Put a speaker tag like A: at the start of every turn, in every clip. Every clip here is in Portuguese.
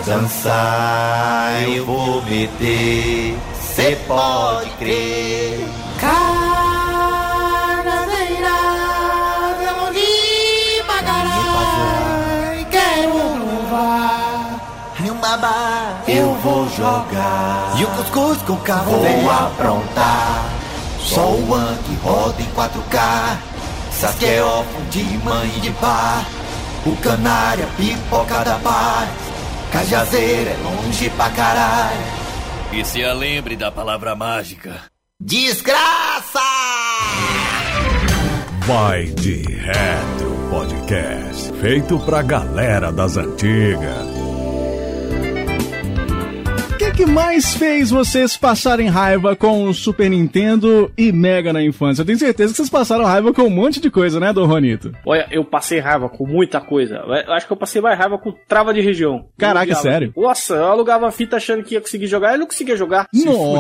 A: dançar eu vou meter, cê pode crer.
B: Carnaveira, vamos de bagarai, quero provar.
A: E um babá eu vou jogar, e o cuscuz com café vou aprontar. Só o One que roda em 4K, Sasuke é órfão de mãe de bar. O canário é pipoca da paz, Cajazeira é longe pra caralho.
C: E se a lembre da palavra mágica:
A: desgraça!
D: Vai de Retro Podcast, feito pra galera das antigas.
E: O que mais fez vocês passarem raiva com o Super Nintendo e Mega na infância? Eu tenho certeza que vocês passaram raiva com um monte de coisa, né, Dom Ronito?
F: Olha, eu passei raiva com muita coisa. Eu acho que eu passei mais raiva com trava de região.
E: Caraca, sério?
F: Nossa, eu alugava fita achando que ia conseguir jogar e não conseguia jogar.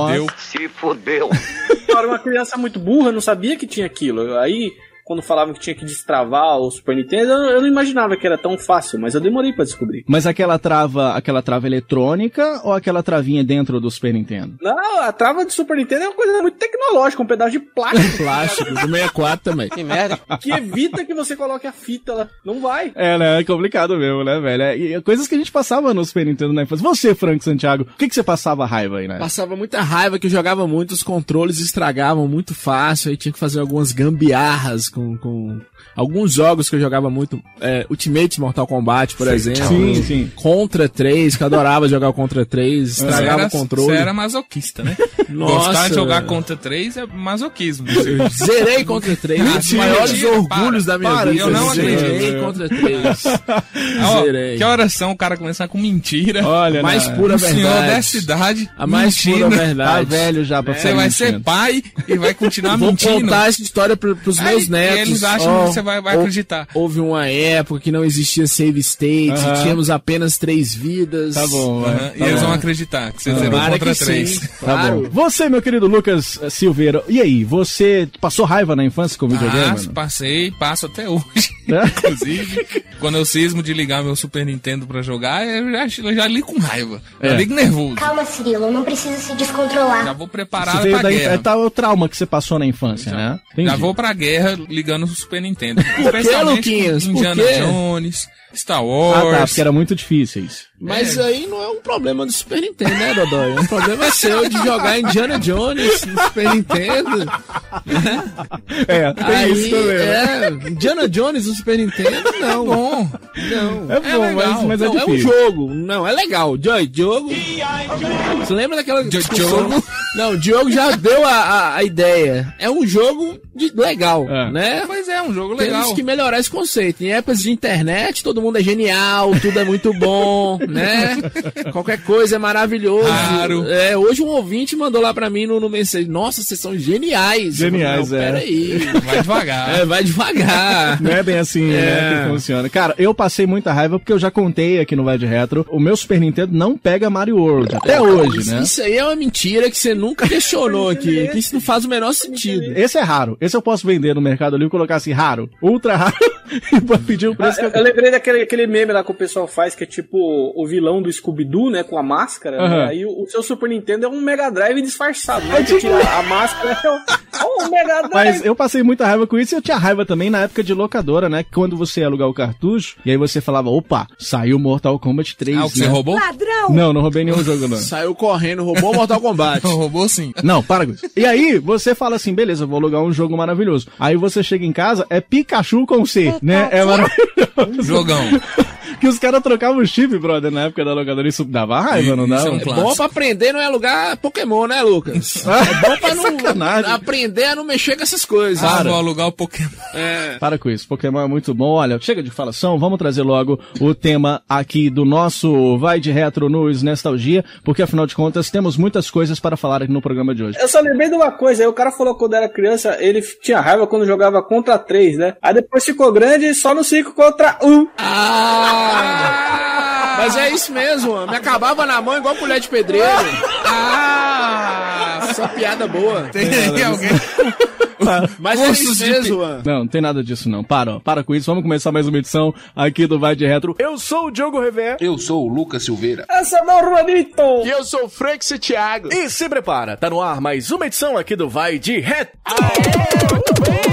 E: Se
A: fudeu.
F: Eu era uma criança muito burra, não sabia que tinha aquilo. Aí, quando falavam que tinha que destravar o Super Nintendo, eu não imaginava que era tão fácil, mas eu demorei pra descobrir.
E: Mas aquela trava eletrônica ou aquela travinha dentro do Super Nintendo?
F: Não, a trava do Super Nintendo é uma coisa muito tecnológica, um pedaço de plástico.
G: Plástico, do 64 também.
F: Que merda. Que evita que você coloque a fita lá. Não vai.
E: É, né? É complicado mesmo, né, velho? E coisas que a gente passava no Super Nintendo na infância. Você, Frank Santiago, o que você passava raiva aí, né?
G: Passava muita raiva que eu jogava muito, os controles estragavam muito fácil, aí tinha que fazer algumas gambiarras com alguns jogos que eu jogava muito, Ultimate Mortal Kombat, por exemplo.
E: Sim.
G: Contra 3, que eu adorava jogar o Contra 3, estragava o controle.
H: Você era masoquista, né?
G: Nossa.
H: Gostar de jogar Contra 3 é masoquismo.
G: Eu zerei Contra 3, um dos maiores orgulhos da minha vida.
H: Eu não acredito.
G: Zerei Contra 3. Zerei.
H: Que oração o cara começar com mentira.
E: Olha,
G: mais pura verdade.
H: Senhor dessa idade,
G: a mais
H: mentindo.
G: Pura verdade.
E: Tá velho já pra
H: Você vai ser pai e vai continuar mentindo.
G: Vou contar essa história pros meus netos.
H: E eles acham que você vai acreditar.
G: Houve uma época que não existia save state, tínhamos apenas 3 vidas.
E: Tá bom,
H: e eles vão acreditar que você zerou Contra 3.
G: Sim, claro.
E: Tá bom. Você, meu querido Lucas Silveira, e aí, você passou raiva na infância com videogame?
H: Passo até hoje. Inclusive, quando eu cismo de ligar meu Super Nintendo pra jogar, eu já ligo com raiva. Eu ligo nervoso.
I: Calma, Cirilo, não precisa se descontrolar.
H: Já vou preparado pra guerra.
E: Tá o trauma que você passou na infância, né?
H: Já vou pra guerra ligando o Super Nintendo.
G: Por que, Luquinhas?
H: Indiana Jones, Star Wars.
E: Ah, tá, porque era muito difíceis.
G: Mas aí não é um problema do Super Nintendo, né, Dodói? É um problema seu de jogar Indiana Jones no Super Nintendo.
E: Tem
G: aí,
E: isso também.
G: Indiana Jones no Super Nintendo, não.
H: Bom.
G: Não.
E: É bom,
G: legal.
E: mas é
G: não,
E: difícil.
G: É um jogo. Não, é legal. Jogo. Você lembra daquela discussão? Não, o Diogo já deu a ideia. É um jogo legal, né?
H: Mas é um jogo legal.
G: Temos que melhorar esse conceito. Em épocas de internet, todo mundo é genial, tudo é muito bom, né? Qualquer coisa é maravilhoso.
H: Claro.
G: Hoje um ouvinte mandou lá pra mim no mensagem: nossa, vocês são geniais.
E: Geniais,
G: Peraí.
H: Vai devagar.
G: Vai devagar.
E: Não é bem assim, né, que funciona. Cara, eu passei muita raiva porque eu já contei aqui no Vai de Retro, o meu Super Nintendo não pega Mario World, até hoje, né?
G: Isso aí é uma mentira que você nunca questionou aqui, que isso não faz o menor sentido.
E: Esse é raro. Esse eu posso vender no Mercado Livre e colocar assim, raro, ultra raro, e pra pedir o preço.
F: Eu lembrei daquele meme lá que o pessoal faz, que é tipo o vilão do Scooby-Doo, né, com a máscara, né? Aí o seu Super Nintendo é um Mega Drive disfarçado, né? A máscara é um Mega Drive.
E: Mas eu passei muita raiva com isso e eu tinha raiva também na época de locadora, né? Quando você ia alugar o cartucho, e aí você falava, opa, saiu Mortal Kombat 3.
H: O que você roubou?
I: Ladrão!
E: Não roubei nenhum jogo, não.
G: Saiu correndo, roubou Mortal Kombat.
H: Roubou sim.
E: Não, para com isso. E aí, você fala assim, beleza, eu vou alugar um jogo maravilhoso. Aí você chega em casa, é Pikachu com C, né? É maravilhoso.
H: Jogão.
E: Que os caras trocavam o chip, brother, na época da locadora. Isso dava raiva, não dava?
G: É bom pra aprender não é alugar Pokémon, né, Lucas? É bom pra não aprender a não mexer com essas coisas.
H: Vou alugar o Pokémon.
E: Para com isso, Pokémon é muito bom. Olha, chega de falação, vamos trazer logo o tema aqui do nosso Vai de Retro no Nostalgia, porque afinal de contas temos muitas coisas para falar aqui no programa de hoje.
F: Eu só lembrei de uma coisa, aí o cara falou que quando era criança, ele tinha raiva quando jogava contra 3, né? Aí depois ficou grande só no 5 contra 1.
G: Mas é isso mesmo, me acabava na mão igual colher de pedreiro. Só piada boa.
H: Tem alguém...
G: Mas é isso mesmo, Juan.
E: Não tem nada disso não. Para com isso. Vamos começar mais uma edição aqui do Vai de Retro. Eu sou o Diogo Rever.
J: Eu sou o Lucas Silveira.
F: Eu sou o Juanito.
G: E eu sou o Frank Thiago.
E: E se prepara, tá no ar mais uma edição aqui do Vai de Retro.
G: Muito bem.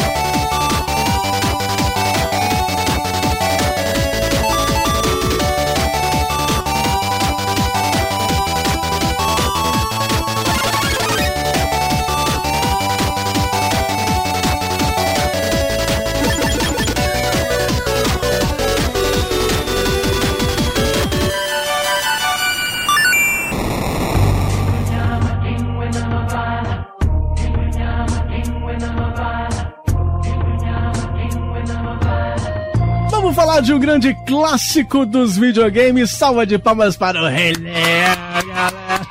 E: Vamos falar de um grande clássico dos videogames. Salva de palmas para o Rei Leão, galera.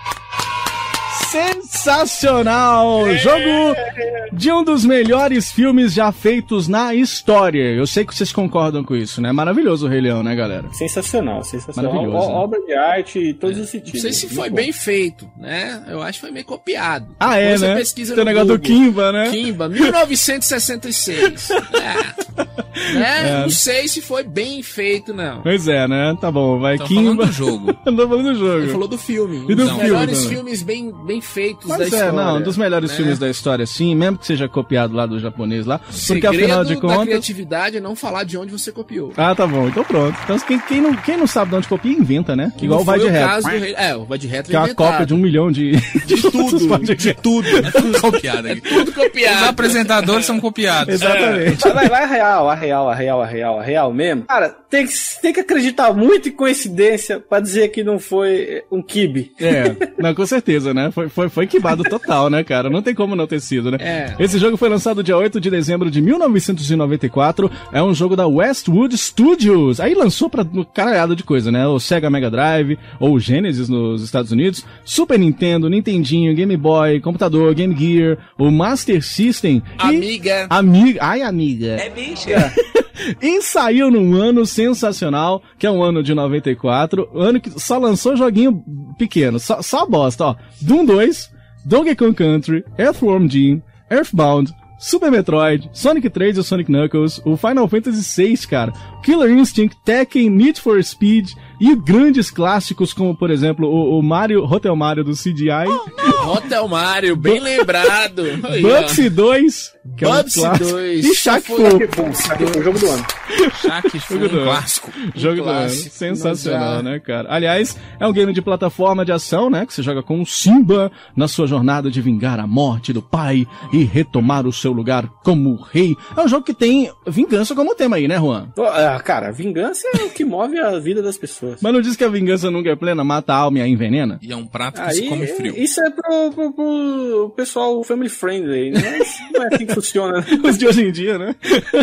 E: Sensacional! Jogo de um dos melhores filmes já feitos na história. Eu sei que vocês concordam com isso, né? Maravilhoso o Rei Leão, né, galera?
F: Sensacional.
E: Maravilhoso.
F: Obra de arte e todos os sentidos.
G: Não sei se foi bem feito, né? Eu acho que foi meio copiado.
E: Ah,
G: Depois
E: né?
G: Pesquisa
E: Tem o
G: no
E: negócio do
G: Google.
E: Kimba, né?
G: Kimba, 1966. Né? Não sei se foi bem feito, não.
E: Pois é, né? Tá bom, vai
H: Tô
E: Kimba.
H: falando do jogo.
E: Tô falando do jogo.
G: Ele falou do filme.
E: E do
G: Um dos
E: filme
G: melhores
E: também.
G: filmes bem feitos
E: Mas
G: da história.
E: não, dos melhores
G: né?
E: filmes da história, sim, mesmo que seja copiado lá do japonês lá. Porque
G: Segredo
E: afinal de
G: da
E: contas.
G: criatividade é não falar de onde você copiou.
E: Ah, tá bom, então pronto. Então quem não sabe de onde copia, inventa, né? Igual o Vai de Retro.
G: Caso do Rei... É, o Vai de Retro
E: Que é uma cópia de 1 milhão de
G: tudo.
E: de tudo.
H: É tudo copiado aqui.
G: Tudo copiado.
H: Os apresentadores são copiados.
E: Exatamente.
F: Vai a real mesmo. Cara, tem que acreditar muito em coincidência pra dizer que não foi um kibe.
E: É, não, com certeza, né? Foi quibado total, né, cara? Não tem como não ter sido, né?
G: É.
E: Esse jogo foi lançado dia 8 de dezembro de 1994. É um jogo da Westwood Studios. Aí lançou pra caralhada de coisa, né? O Sega Mega Drive, ou o Genesis nos Estados Unidos, Super Nintendo, Nintendinho, Game Boy, computador, Game Gear, o Master System.
G: Amiga.
E: Ai, amiga. É bicha. E saiu num ano sensacional, que é um ano de 94, ano que só lançou joguinho pequeno, só bosta, ó. Doom 2, Donkey Kong Country, Earthworm Jim, Earthbound, Super Metroid, Sonic 3 e o Sonic Knuckles, o Final Fantasy VI, cara, Killer Instinct, Tekken, Need for Speed e grandes clássicos como, por exemplo, o Mario, Hotel Mario do CGI.
G: Hotel Mario, bem lembrado.
E: Bubsy 2, que é um
G: Bubsy
E: clássico.
G: 2.
E: E Shaq Fu.
F: O jogo do ano.
H: Shaq foi um clássico.
E: Jogo do ano.
G: clássico.
E: Sensacional, né, cara? Aliás, é um game de plataforma de ação, né? Que você joga com o Simba na sua jornada de vingar a morte do pai e retomar o seu lugar como rei. É um jogo que tem vingança como tema aí, né, Juan?
F: Cara, vingança é o que move a vida das pessoas.
E: Mas não diz que a vingança nunca é plena, mata a alma e a envenena?
H: E é um prato que se come frio.
F: Isso é pro pessoal family friendly, né? Não é assim que funciona, né?
E: Os de hoje em dia, né?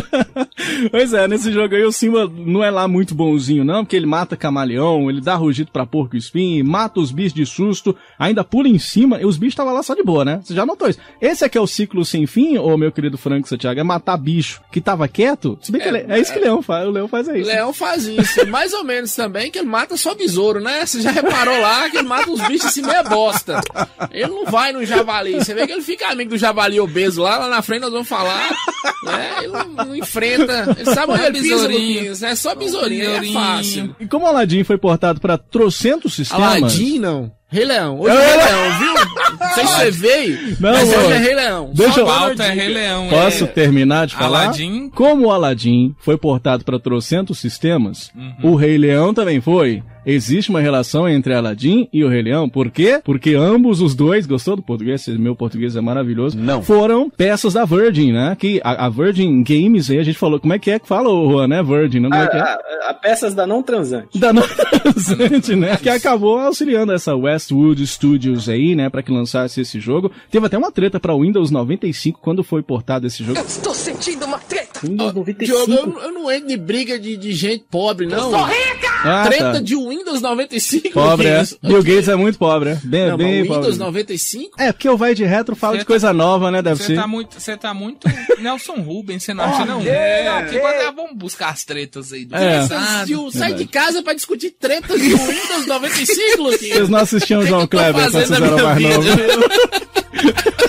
E: Pois é, nesse jogo aí o Simba não é lá muito bonzinho, não, porque ele mata camaleão, ele dá rugido pra porco espinho, mata os bichos de susto, ainda pula em cima, e os bichos estavam lá só de boa, né? Você já notou isso. Esse aqui é o ciclo sem fim, ô meu querido Frank Santiago, é matar bicho que tava quieto? Se bem que é isso que o Leão faz isso.
G: Leão faz isso. Mais ou menos também, que ele mata só besouro, né? Você já reparou lá que ele mata uns bichos assim meia bosta. Ele não vai no javali. Você vê que ele fica amigo do javali obeso lá na frente nós vamos falar. Né? Ele não enfrenta. Ele sabe onde ele pisa, Luquinhas, né? Só besourinho, é fácil.
E: E como o Aladdin foi portado pra trocentos sistemas...
G: Aladdin, não. Rei Leão. Hoje é Rei Leão, viu? Não sei se você veio,
E: Não,
G: mas
E: mano.
G: hoje é Rei Leão.
E: Deixa eu...
H: Pauta é Rei Leão.
E: Posso terminar de falar?
H: Aladdin.
E: Como o Aladdin foi portado para trocentos sistemas, o Rei Leão também foi. Existe uma relação entre Aladdin e o Rei Leão. Por quê? Porque ambos os dois, gostou do português? Meu português é maravilhoso.
J: Não.
E: Foram peças da Virgin, né? Que a Virgin Games aí, a gente falou, como é que fala, Juan, né? Virgin, não é que é?
F: Peças da não transante.
E: Da não transante, né? Que acabou auxiliando essa Westwood Studios aí, né? Pra que lançasse esse jogo. Teve até uma treta pra Windows 95 quando foi portado esse jogo.
B: Estou sentindo uma treta.
F: Windows 95.
G: Diogo, eu não entro de briga de gente pobre, não.
B: Sou rica!
G: Treta
E: tá.
G: de Windows 95.
E: Pobre, é.
G: Luquinhas.
E: Bill Gates é muito pobre, é. Bem
G: Não,
E: bem
G: mas
E: pobre.
G: Windows 95?
E: É, porque o Vai de Retro fala
H: Cê
E: de coisa nova, né? Deve ser.
H: Você tá muito Nelson Rubens, você não acha, não? Vamos buscar as tretas aí do passado.
G: Sai de casa pra discutir tretas de Windows 95, Luquinhas.
E: Vocês não assistiam o João
G: O que eu tô
E: Kleber quando
G: fazendo
E: vocês
G: na
E: eram
G: minha
E: mais
G: vida?
E: novos.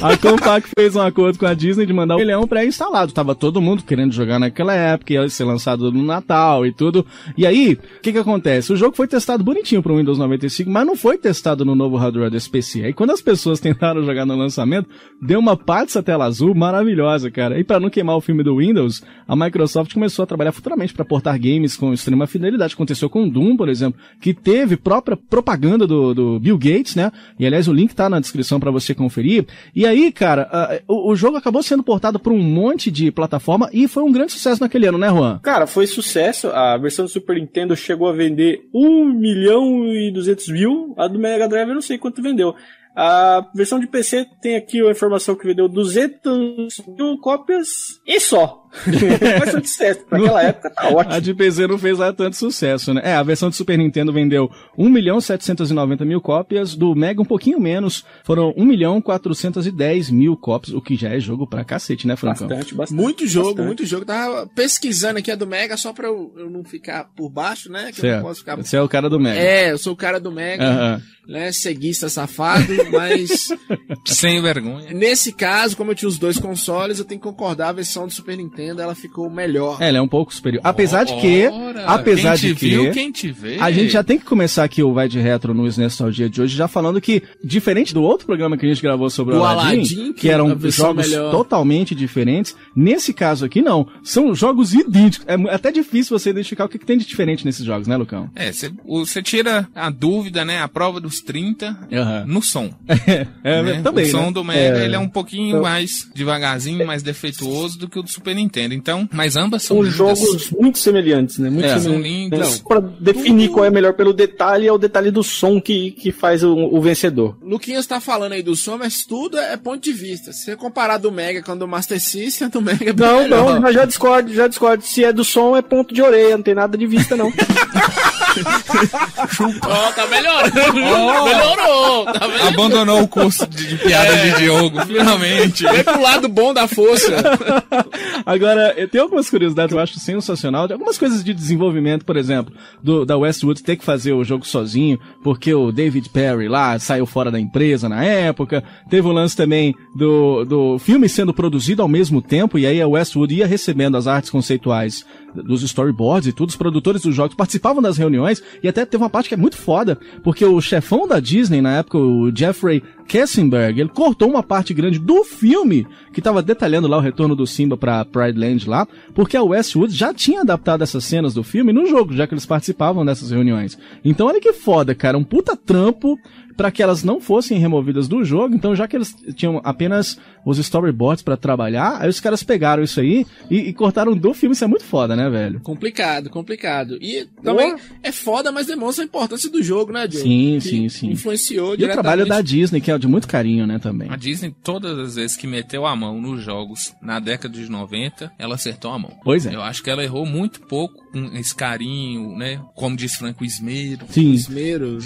E: A Compaq fez um acordo com a Disney de mandar o Rei Leão pré-instalado. Tava todo mundo querendo jogar naquela época, ia ser lançado no Natal e tudo. E aí, o que acontece? O jogo foi testado bonitinho pro Windows 95, mas não foi testado no novo hardware desse PC. Aí quando as pessoas tentaram jogar no lançamento, deu uma pá dessa tela azul maravilhosa, cara. E pra não queimar o filme do Windows, a Microsoft começou a trabalhar futuramente pra portar games com extrema fidelidade. Aconteceu com o Doom, por exemplo, que teve própria propaganda do Bill Gates, né? E aliás, o link tá na descrição pra você conferir. E aí, cara, o jogo acabou sendo portado por um monte de plataforma e foi um grande sucesso naquele ano, né, Juan?
F: Cara, foi sucesso. A versão do Super Nintendo chegou a vender 1.200.000. A do Mega Drive eu não sei quanto vendeu. A versão de PC tem aqui a informação que vendeu 200.000 cópias e só. Bastante sucesso. Pra aquela época tá ótimo.
E: A de PC não fez lá tanto sucesso, né? A versão de Super Nintendo vendeu 1.790.000 cópias, do Mega um pouquinho menos, foram 1.410.000 cópias, o que já é jogo pra cacete, né, Francão?
G: Bastante. Muito jogo. Tava pesquisando aqui a do Mega só pra eu não ficar por baixo, né? Que eu não posso ficar...
E: Você é o cara do Mega.
G: Eu sou o cara do Mega, né? Ceguista safado, mas...
H: Sem vergonha.
G: Nesse caso, como eu tinha os dois consoles, eu tenho que concordar, a versão do Super Nintendo ela ficou melhor.
E: Ela é um pouco superior. Apesar de que...
H: Quem te vê.
E: A gente já tem que começar aqui o Vai de Retro no Nostalgia de hoje, já falando que, diferente do outro programa que a gente gravou sobre o Aladdin, que eram jogos totalmente diferentes, nesse caso aqui não. São jogos idênticos. É até difícil você identificar o que tem de diferente nesses jogos, né, Lucão?
H: Você tira a dúvida, né, a prova dos 30 no som. Né?
E: Também,
H: o som
E: né?
H: do Mega, ele é um pouquinho mais devagarzinho, mais defeituoso do que o do Super Nintendo. Então, mas ambas são lindas.
F: Jogos muito semelhantes, né? Muito
H: são lindos.
F: Pra definir qual é melhor pelo detalhe, é o detalhe do som que faz o vencedor.
G: Luquinhas tá falando aí do som, mas tudo é ponto de vista. Se você comparar do Mega com o do Master System, do Mega é bem melhor.
F: Mas já discordo. Se é do som, é ponto de orelha, não tem nada de vista, não.
G: Tá melhorando. Melhorou. Tá melhorando.
H: Abandonou o curso de piada de Diogo, finalmente.
G: Vem pro lado bom da força.
E: Agora, tem algumas curiosidades que eu acho sensacional, de algumas coisas de desenvolvimento, por exemplo, da Westwood ter que fazer o jogo sozinho, porque o David Perry lá saiu fora da empresa na época. Teve o lance também do filme sendo produzido ao mesmo tempo, e aí a Westwood ia recebendo as artes conceituais dos storyboards e tudo, os produtores dos jogos participavam das reuniões, e até teve uma parte que é muito foda, porque o chefão da Disney na época, o Jeffrey Katzenberg, ele cortou uma parte grande do filme que tava detalhando lá o retorno do Simba pra Pride Land lá, porque a Westwood já tinha adaptado essas cenas do filme no jogo, já que eles participavam dessas reuniões. Então olha que foda, cara, um puta trampo para que elas não fossem removidas do jogo. Então, já que eles tinham apenas os storyboards para trabalhar, aí os caras pegaram isso aí e cortaram do filme. Isso é muito foda, né, velho?
G: Complicado. E também é foda, mas demonstra a importância do jogo, né, Diogo?
E: Sim.
G: Influenciou
E: diretamente. E o trabalho da Disney, que é de muito carinho, né, também.
H: A Disney, todas as vezes que meteu a mão nos jogos na década de 90, ela acertou a mão.
E: Pois é.
H: Eu acho que ela errou muito pouco com esse carinho, né? Como diz Franco, esmero.
E: Sim.
G: Esmero.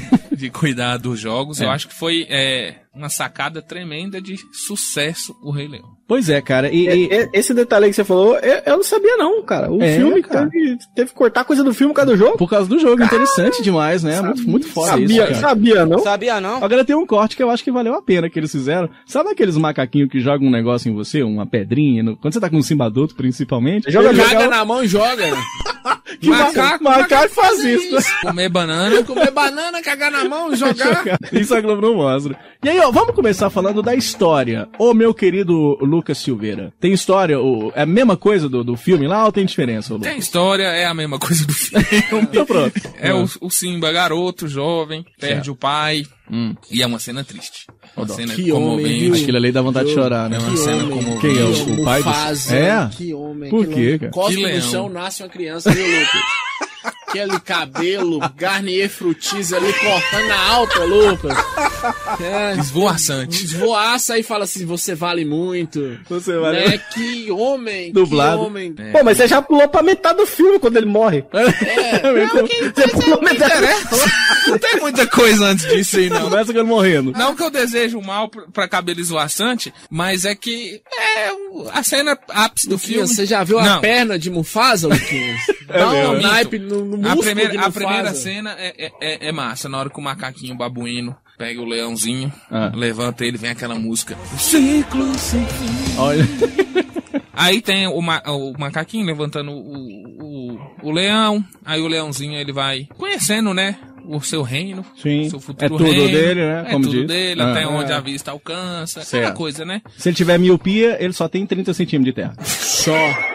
H: De cuidar dos jogos. Eu acho que foi uma sacada tremenda de sucesso o Rei Leão.
E: Pois é, cara.
F: Esse detalhe aí que você falou, eu não sabia não, cara. O filme teve que cortar coisa do filme por causa do jogo.
E: Por causa do jogo. Interessante demais, né? Muito foda isso, cara.
F: Sabia não?
G: Sabia não.
E: Agora tem um corte que eu acho que valeu a pena que eles fizeram. Sabe aqueles macaquinhos que jogam um negócio em você? Uma pedrinha? Quando você tá com um Simba adulto, principalmente.
G: Joga na mão e joga.
E: Que macaco faz isso.
H: Comer banana, cagar na mão e jogar.
E: Isso a Globo não mostra. E aí, ó, vamos começar falando da história. Ô, meu querido Lucas Silveira, tem história? É a mesma coisa do filme lá ou tem diferença, Lucas?
H: Tem história, é a mesma coisa do filme.
E: Então pronto.
H: É o Simba, garoto, jovem, perde o pai. E é uma cena triste. Uma cena comovente.
E: Aquilo ali dá vontade de chorar, né?
H: É uma cena comovente.
E: Quem é o pai do...
G: Que homem.
E: Por quê, cara?
G: Cospe no chão, nasce uma criança, viu, Lucas? Aquele cabelo, Garnier Frutis ali cortando na alta, Lucas.
H: Esvoaçante.
G: Esvoaça e fala assim, você vale muito.
E: Você vale
G: muito. Que homem.
E: Dublado.
G: Que homem.
F: Pô, mas você já pulou pra metade do filme quando ele morre.
G: Você pulou metade.
H: Não tem muita coisa antes disso aí, não.
E: Começa com ele morrendo.
H: Não que eu desejo mal pra cabelo esvoaçante, mas é que a cena ápice do filme.
G: Você já viu a perna de Mufasa, Luquinhas? Dá um naipe no
F: músculo
H: a primeira cena é massa, na hora que o macaquinho babuíno pega o leãozinho, levanta ele, vem aquela música. Ciclo sem fim.
E: Olha.
H: Aí tem o macaquinho levantando o leão, aí o leãozinho ele vai conhecendo, né? O seu reino,
E: sim,
H: seu futuro
E: tudo
H: reino,
E: dele, né?
H: É
E: como
H: tudo
E: diz.
H: dele, até onde a vista alcança, aquela coisa, né?
E: Se ele tiver miopia, ele só tem 30 centímetros de terra.
F: Só.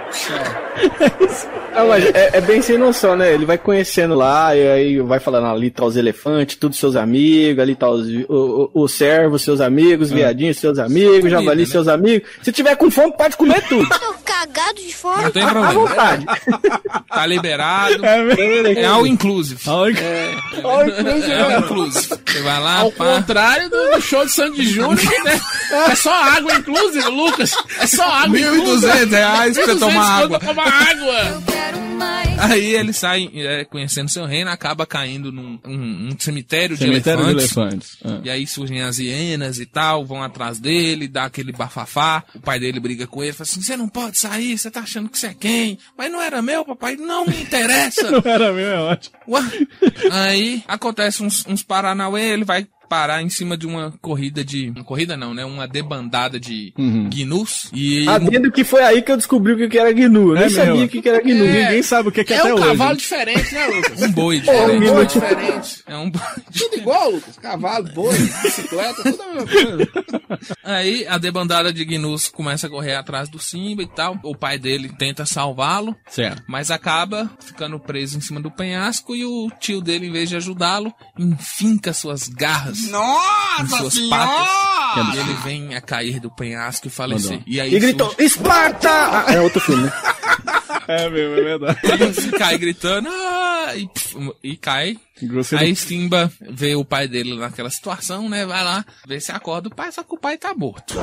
F: Não, mas é bem sem noção, né? Ele vai conhecendo lá, e aí vai falando, ali tá os elefantes, todos seus amigos, ali tá os servos, seus amigos, viadinhos, seus amigos, javali, né? Seus amigos. Se tiver com fome, pode comer tudo.
I: Tô cagado de fome.
H: Não tem problema.
F: À vontade.
H: Tá liberado. É all inclusive. All inclusive. Você vai lá,
G: ao contrário do show de Sandy Júnior, né? É só água inclusive, Lucas. É só água inclusive.
H: R$1.200 pra tomar água.
G: água.
H: Aí ele sai conhecendo seu reino, acaba caindo num cemitério de elefantes. E aí surgem as hienas e tal, vão atrás dele, dá aquele bafafá. O pai dele briga com ele, fala assim, você não pode sair, você tá achando que você é quem? Mas não era meu, papai, não me interessa.
E: Não era meu, é ótimo.
H: Aí acontece uns paranauê, ele vai parar em cima de uma corrida uma debandada de gnus. E
F: adendo que foi aí que eu descobri o que era gnu. Eu nem sabia o que era gnu.
E: Ninguém sabe o que é até hoje.
G: É um cavalo diferente, né, Lucas?
H: Um boi diferente.
G: Um boi diferente.
H: É um boi.
G: Tudo igual, Lucas. Cavalo, boi, bicicleta, tudo a mesma coisa.
H: Aí a debandada de gnus começa a correr atrás do Simba e tal. O pai dele tenta salvá-lo, mas acaba ficando preso em cima do penhasco e o tio dele, em vez de ajudá-lo, enfinca suas garras em suas patas. E ele vem a cair do penhasco e falecer. E aí
F: gritou, Esparta! É outro filme, né?
E: É mesmo, é verdade.
H: Ele cai gritando e cai. Aí Simba vê o pai dele naquela situação, né? Vai lá, vê se acorda o pai, só que o pai tá morto.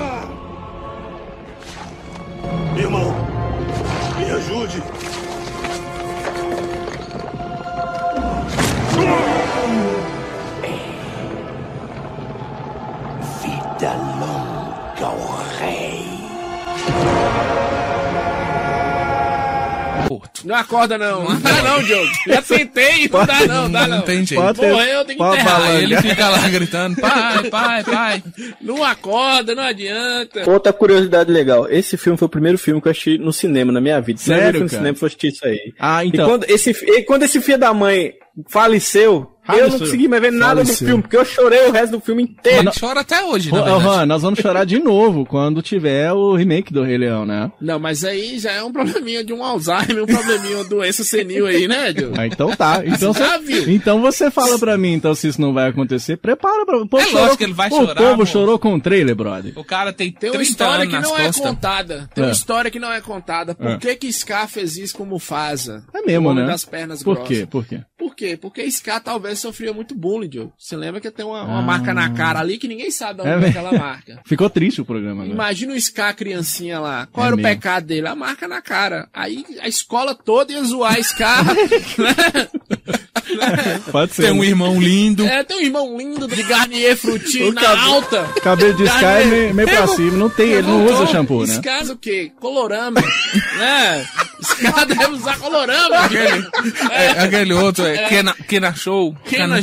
J: Irmão, me ajude.
A: Vida longa ao rei.
G: Não acorda não. Não dá não, Diogo. Já tentei, não dá não,
H: Não tem jeito.
G: Morreu, eu tenho que enterrar.
H: Aí ele fica lá gritando, pai.
G: Não acorda, não adianta.
F: Outra curiosidade legal. Esse filme foi o primeiro filme que eu assisti no cinema na minha vida.
E: Sério, cara?
F: No cinema foi assistir isso aí.
E: Ah, então.
F: E quando esse filho da mãe faleceu, eu não consegui mais ver nada do filme, porque eu chorei o resto do filme inteiro.
H: Ele chora até hoje, na verdade.
E: Nós vamos chorar de novo quando tiver o remake do Rei Leão, né?
G: Não, mas aí já é um probleminha de um Alzheimer, um probleminha, uma doença senil aí, né, Diogo?
E: Ah, então tá. Então
G: você já viu.
E: Então você fala pra mim, então, se isso não vai acontecer, prepara pra...
H: lógico que ele vai chorar.
E: O povo chorou com o trailer, brother.
H: O cara tem
G: uma história que não é contada. Tem uma história que não é contada. Por que Scar fez isso com Mufasa?
E: É mesmo, né?
G: Das pernas
E: Por
G: grossas.
E: quê? Por quê?
G: Por quê? Porque Scar talvez sofria muito bullying, Diogo. Você lembra que tem uma marca na cara ali que ninguém sabe onde é aquela marca.
E: Ficou triste o programa, né?
G: Imagina o Scar criancinha lá. Qual era o pecado dele? A marca na cara. Aí a escola toda ia zoar Scar. Né?
E: Pode ser.
H: Tem um irmão lindo.
G: Tem um irmão lindo de Garnier Frutinho na alta.
E: Cabelo de Scar é meio pra cima. Não tem, ele não usa shampoo, né?
G: Scar o quê? Colorama. Né? Scar deve usar colorama.
H: Aquele outro Kenachou.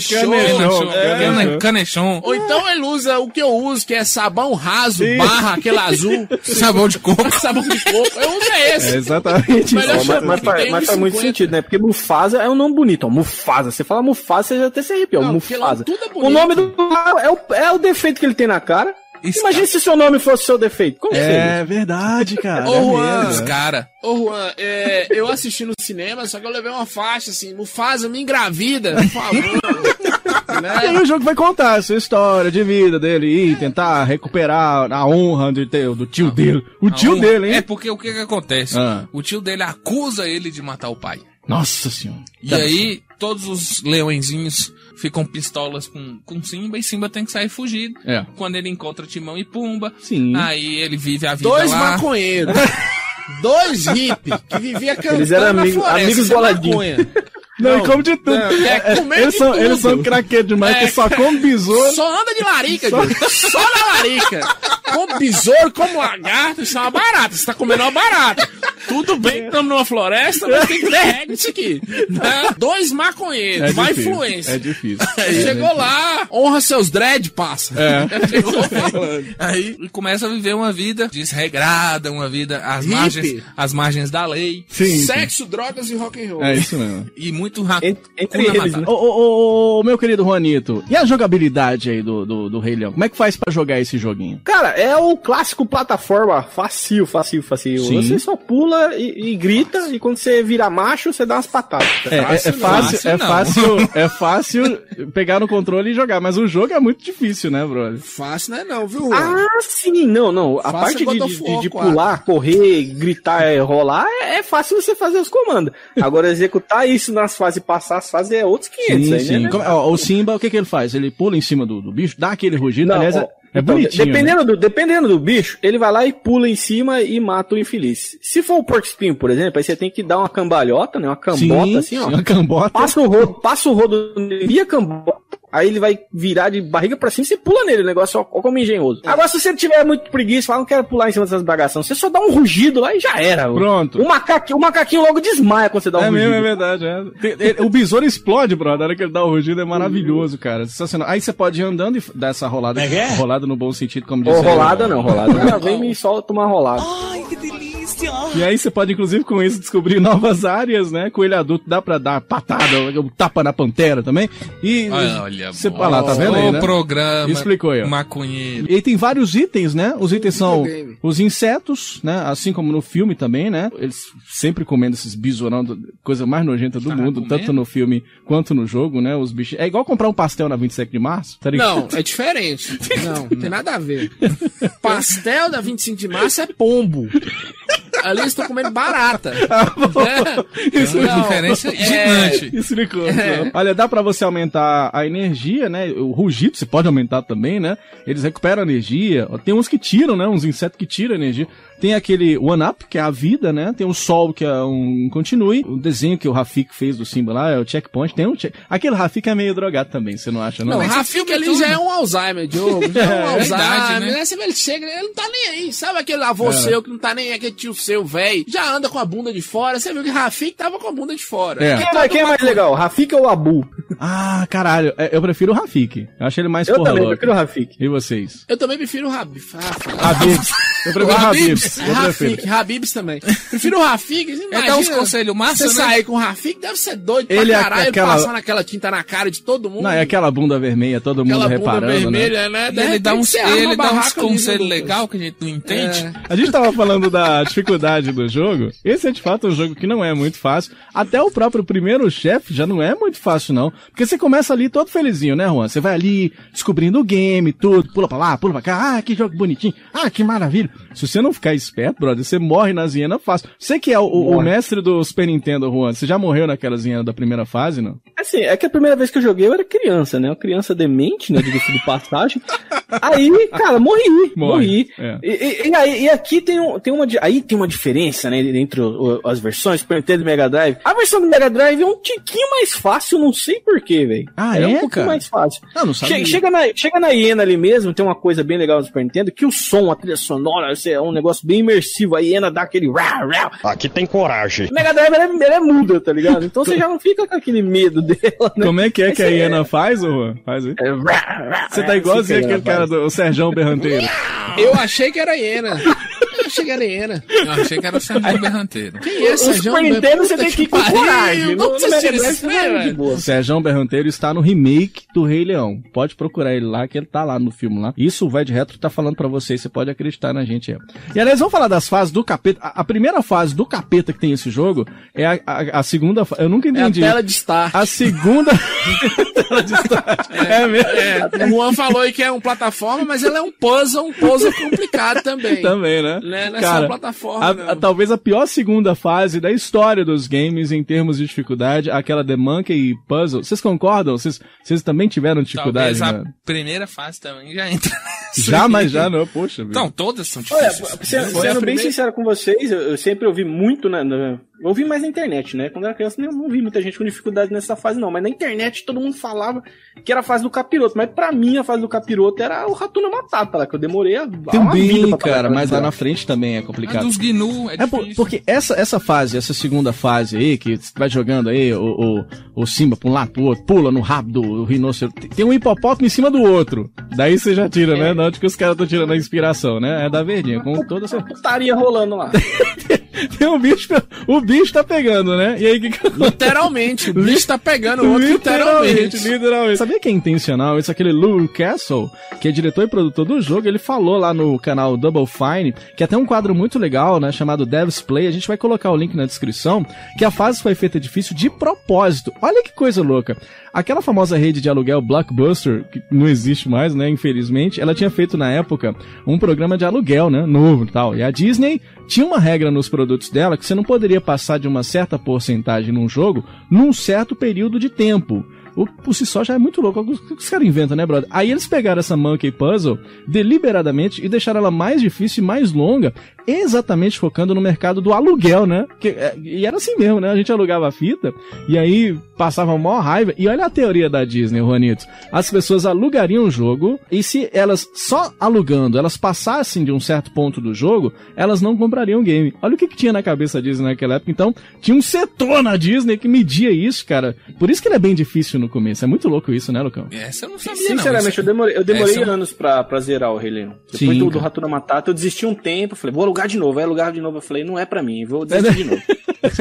H: Canechon.
G: Ou então ele usa o que eu uso, que é sabão raso, barra, aquele azul.
H: Sabão de coco.
G: Sabão de coco. Eu uso esse.
E: Exatamente.
F: Mas faz muito sentido, né? Porque Mufasa é um nome bonito, ó. Mufasa. Você fala Mufasa, você já até se arrepia. Mufasa.
G: O
F: nome do é o defeito que ele tem na cara. Imagina se seu nome fosse seu defeito. Como
E: seria? Verdade, cara.
G: Ô, Juan, Juan, eu assisti no cinema, só que eu levei uma faixa assim, Mufasa, me engravida, por favor.
E: Né? E aí o jogo vai contar a sua história de vida dele e tentar recuperar a honra do tio dele. O tio dele, hein?
H: É porque o que acontece? O tio dele acusa ele de matar o pai.
E: Nossa senhora.
H: E aí, todos os leõezinhos ficam pistolas com Simba e Simba tem que sair fugido. Quando ele encontra Timão e Pumba, aí ele vive a vida
G: Dois
H: lá.
G: Maconheiros. Dois hippies que viviam cantando.
F: Eles eram amigos boladinhos.
E: Não, come de tudo. Eles são craqueiros demais, que só come besouro.
G: Só anda de larica, só na larica. Come besouro, come lagarto, isso é uma barata. Você tá comendo uma barata. Tudo bem que estamos numa floresta, mas tem que ter regra isso aqui. 2 maconheiros, vai influência.
E: É difícil.
G: Chegou lá, honra seus dread, passa.
H: Aí começa a viver uma vida desregrada, uma vida às margens da lei.
E: Sim,
G: sexo, drogas e rock and roll.
E: É isso mesmo.
H: E muito
F: entre eles, né?
E: Ô, meu querido Juanito, e a jogabilidade aí do Rei Leão? Como é que faz pra jogar esse joguinho?
F: Cara, é o clássico plataforma fácil.
E: Sim.
F: Você só pula e grita, e quando você vira macho, você dá umas patadas. É fácil pegar no controle e jogar, mas o jogo é muito difícil, né, brother?
G: Fácil não é não, viu?
F: Sim, não. A parte de pular, correr, gritar, rolar, é fácil você fazer os comandos. Agora, executar isso nas fases e passar as fases é outros 500.
E: Sim.
F: Né?
E: O Simba, o que ele faz? Ele pula em cima do bicho, dá aquele rugido, aliás... É bonitinho.
F: Dependendo do bicho, ele vai lá e pula em cima e mata o infeliz. Se for o porco espinho, por exemplo, aí você tem que dar uma cambalhota, né? Uma cambota assim, ó.
E: Uma cambota.
F: Passa o rodo e a cambota. Aí ele vai virar de barriga pra cima e você pula nele. O negócio ó como engenhoso. Agora, se você tiver muito preguiça, fala, não quero pular em cima dessas bagaças, você só dá um rugido lá e já era.
E: Pronto.
F: O macaquinho logo desmaia quando você dá um rugido.
E: É verdade. O besouro explode, brother. Na hora que ele dá o rugido é maravilhoso, cara. Sensacional. Aí você pode ir andando e dar essa rolada. Rolada no bom sentido, como diz.
F: Rolada não. Vem me solta uma rolada.
B: Ai, que delícia.
E: E aí você pode, inclusive, com isso, descobrir novas áreas, né? Coelho adulto dá pra dar patada, tapa na pantera também. E
H: olha
E: você lá, tá vendo aí, né?
H: O programa
E: explicou aí, ó.
H: Maconheiro.
E: E tem vários itens, né? Os itens são os insetos, né? Assim como no filme também, né? Eles sempre comendo esses besourão, coisa mais nojenta do mundo, tanto no filme quanto no jogo, né? Os bichos. É igual comprar um pastel na 27 de março, tá ligado?
G: Não, é diferente. Não tem nada a ver. Pastel da 25 de março é pombo. Ali eles estão comendo barata.
E: Isso
H: é uma diferença gigante.
E: Explicou. Olha, dá pra você aumentar a energia, né? O rugido você pode aumentar também, né? Eles recuperam a energia. Tem uns que tiram, né? Uns insetos que tiram energia. Tem aquele one-up, que é a vida, né? Tem o sol, que é um continue. O desenho que o Rafik fez do Simba lá é o checkpoint. Tem aquele Rafik é meio drogado também, você não acha, não?
G: Não, o Rafik ali já é um Alzheimer, Diogo. Já é um Alzheimer,
H: né?
G: Ele chega, ele não tá nem aí. Sabe aquele avô seu que não tá nem aí, aquele tio seu, velho? Já anda com a bunda de fora. Você viu que o Rafik tava com a bunda de fora.
F: Quem é mais legal, Rafik ou o Abu?
E: Ah, caralho. Eu prefiro o Rafik. Eu acho ele mais porra.
F: Eu também prefiro o Rafik.
E: E vocês?
G: Eu também prefiro o Habibs.
E: Eu prefiro o Habibs.
G: Habibs também. Prefiro o Rafik.
H: Ele dá uns conselhos massa,
G: você sair com o Rafik deve ser doido pra caralho, passando aquela tinta na cara de todo mundo.
E: Não, é aquela bunda vermelha, todo mundo reparando,
G: vermelha, né?
H: Ele dá uns conselhos legais que a gente não entende.
E: A gente tava falando da dificuldade do jogo. Esse é de fato um jogo que não é muito fácil. Até o próprio primeiro chefe já não é muito fácil, não. Porque você começa ali todo felizinho, né, Juan? Você vai ali descobrindo o game, tudo, pula pra lá, pula pra cá. Ah, que jogo bonitinho. Ah, que maravilha. Se você não ficar esperto, brother, você morre nas hienas fácil. Você que é o mestre do Super Nintendo, Juan, você já morreu naquelas hienas da primeira fase, não?
F: Assim, é que a primeira vez que eu joguei eu era criança, né? Uma criança demente, né? Diga-se de passagem. Aí, cara, morri. É. E aqui tem uma diferença, né? Entre as versões, Super Nintendo e Mega Drive. A versão do Mega Drive é um tiquinho mais fácil, não sei porquê, velho.
E: Ah, é
F: um pouquinho mais fácil.
E: Não sabia.
F: Chega na hiena ali mesmo, tem uma coisa bem legal no Super Nintendo, que o som, a trilha sonora, é um negócio bem imersivo. A hiena dá aquele...
J: Aqui tem coragem.
F: O Mega Drive, ela é muda, tá ligado? Então você já não fica com aquele medo dela, né?
E: Como é que a hiena faz, Juan? Faz aí. Você tá igualzinho aquele cara do Serjão Berranteiro.
G: Eu achei que era hiena. Eu achei que era o Serjão Berranteiro. Quem é Serjão
F: Berranteiro? O Super Nintendo você tem que ir com coragem.
E: O Serjão Berranteiro está no remake do Rei Leão. Pode procurar ele lá, que ele tá lá no filme lá. Isso o Vai de Retro tá falando pra vocês, você pode acreditar na gente. E aliás, vamos falar das fases do capeta. A primeira fase do capeta que tem esse jogo é a segunda fase. Eu nunca entendi.
G: É a tela de start.
E: A segunda... tela de start. É mesmo.
G: O Juan falou aí que é um plataforma, mas ela é um puzzle complicado também.
E: Também, né?
G: Não é
E: Cara,
G: só plataforma,
E: talvez a pior segunda fase da história dos games em termos de dificuldade, aquela The Monkey Puzzle. Vocês concordam? Vocês também tiveram dificuldade?
H: Talvez a primeira fase também já entra.
E: Mas já não, poxa.
H: Então, todas são difíceis.
F: Olha, sendo bem sincero com vocês, eu sempre ouvi muito Eu vi mais na internet, né? Quando eu era criança, eu não vi muita gente com dificuldade nessa fase, não. Mas na internet todo mundo falava que era a fase do capiroto. Mas pra mim, a fase do capiroto era o Ratuna Matata, lá, que eu demorei a uma vida pra
E: cara, mas lá na frente também é complicado.
H: A dos Gnu é difícil.
E: Porque essa fase, essa segunda fase aí, que você vai jogando aí, o Simba pra um lado, pro outro, pula no rabo do rinoceronte. Tem um hipopótamo em cima do outro. Daí você já tira, né? Não, de que os caras estão tirando a inspiração, né? É da verdinha, com toda essa
F: putaria rolando lá.
E: Tem um bicho, o bicho tá pegando, né? E aí que
G: literalmente, o bicho tá pegando o outro literalmente.
E: Sabia que é intencional? Isso é aquele Lou Castle, que é diretor e produtor do jogo, ele falou lá no canal Double Fine, que até um quadro muito legal, né, chamado Devs Play, a gente vai colocar o link na descrição, que a fase foi feita difícil de propósito. Olha que coisa louca. Aquela famosa rede de aluguel Blockbuster, que não existe mais, né, infelizmente, ela tinha feito na época um programa de aluguel, né, novo e tal. E a Disney tinha uma regra nos produtos dela que você não poderia passar de uma certa porcentagem num jogo num certo período de tempo. Por si só já é muito louco. O que os caras inventam, né, brother? Aí eles pegaram essa Monkey Puzzle deliberadamente e deixaram ela mais difícil e mais longa, exatamente focando no mercado do aluguel, né? E era assim mesmo, né? A gente alugava a fita e aí passava a maior raiva. E olha a teoria da Disney, Juanito. As pessoas alugariam o jogo e se elas só alugando, elas passassem de um certo ponto do jogo, elas não comprariam o game. Olha o que tinha na cabeça da Disney naquela época. Então, tinha um setor na Disney que media isso, cara. Por isso que ele é bem difícil no começo. É muito louco isso, né, Lucão?
H: Essa eu não sabia,
F: sinceramente,
H: não.
F: Eu demorei anos pra zerar o Rei Leão. Depois do Ratuna Matata, eu desisti um tempo, falei, vou alugar de novo. Aí alugar de novo, eu falei, não é pra mim, vou desistir de novo.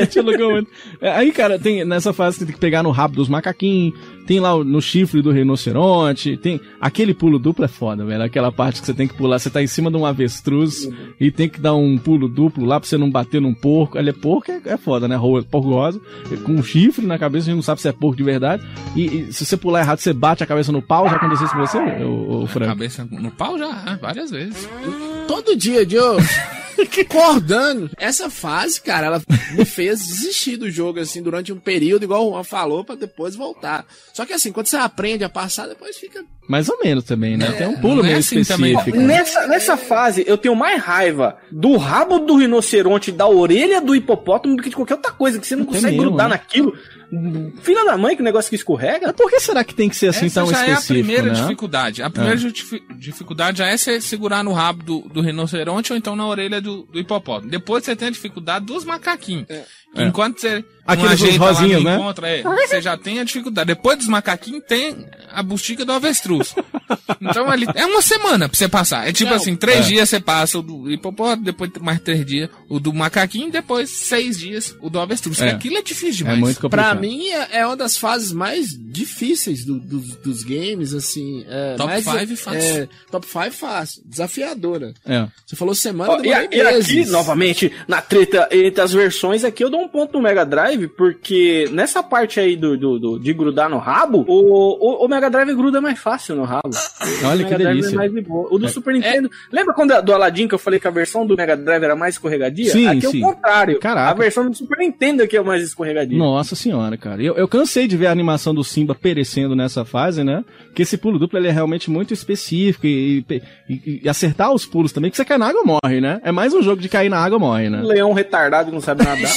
E: Aí, cara, tem nessa fase você tem que pegar no rabo dos macaquinhos, tem lá no chifre do rinoceronte, tem aquele pulo duplo é foda, velho, aquela parte que você tem que pular, você tá em cima de um avestruz e tem que dar um pulo duplo lá pra você não bater num porco. Ele é porco, é foda, né, porco rosa, com um chifre na cabeça, a gente não sabe se é porco de verdade, e se você pular errado, você bate a cabeça no pau. Já aconteceu isso com você, o Franco?
H: A cabeça no pau já, várias vezes.
G: Todo dia, Diogo. Acordando. Essa fase, cara, ela me fez desistir do jogo, assim, durante um período, igual o Juan falou, pra depois voltar. Só que assim, quando você aprende a passar, depois fica...
E: Mais ou menos também, né? Tem um pulo meio assim específico.
F: Nessa fase, eu tenho mais raiva do rabo do rinoceronte, da orelha do hipopótamo, do que de qualquer outra coisa, que você não consegue grudar naquilo. Filha da mãe, que negócio que escorrega.
E: Por que será que tem que ser assim tão específico?
H: Essa já é a primeira dificuldade. A primeira dificuldade já é você segurar no rabo do rinoceronte ou então na orelha do hipopótamo. Depois você tem a dificuldade dos macaquinhos. Enquanto você
E: aqueles rosinhos, né?
H: Você já tem a dificuldade. Depois dos macaquinhos tem a bustiga do avestruz. Então ali é uma semana pra você passar. É tipo assim, 3 dias você passa o do hipopótamo, depois mais 3 dias o do macaquinho, depois 6 dias o do avestruz. Aquilo é difícil demais.
E: É muito complicado.
G: Pra mim é uma das fases mais difíceis dos games, assim.
H: Top 5 fácil.
G: Top 5 fácil. Desafiadora.
E: É.
G: Você falou semana,
F: e aqui, novamente, na treta entre as versões, aqui eu dou um ponto no Mega Drive, porque nessa parte aí de grudar no rabo, o Mega Drive gruda mais fácil no rabo.
E: Olha que delícia.
F: É mais de boa. O do Super Nintendo... Lembra quando do Aladdin que eu falei que a versão do Mega Drive era mais escorregadia?
E: Sim,
F: aqui é o contrário.
E: Caraca.
F: A versão do Super Nintendo aqui é mais escorregadia.
E: Nossa senhora, cara. Eu cansei de ver a animação do Simba perecendo nessa fase, né? Porque esse pulo duplo ele é realmente muito específico e acertar os pulos também, que você cai na água morre, né? É mais um jogo de cair na água morre, né?
F: Leão retardado que não sabe nadar.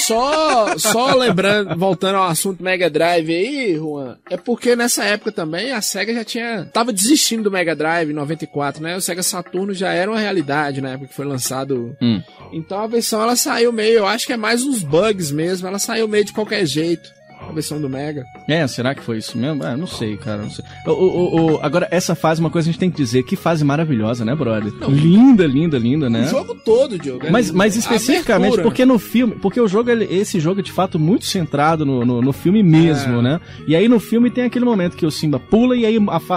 G: Só lembrando, voltando ao assunto Mega Drive aí, Juan, é porque nessa época também a SEGA já tava desistindo do Mega Drive em 94, né? O Sega Saturno já era uma realidade na época que foi lançado. Então a versão ela saiu meio, eu acho que é mais uns bugs mesmo, ela saiu meio de qualquer jeito. A versão do Mega.
E: Será que foi isso mesmo? Não sei, cara, não sei. Agora, essa fase, uma coisa a gente tem que dizer, que fase maravilhosa, né, brother? Não, linda, né?
G: O jogo todo, Diogo.
E: Mas especificamente, porque no filme, porque o jogo, esse jogo é de fato muito centrado no filme mesmo, né? E aí no filme tem aquele momento que o Simba pula e aí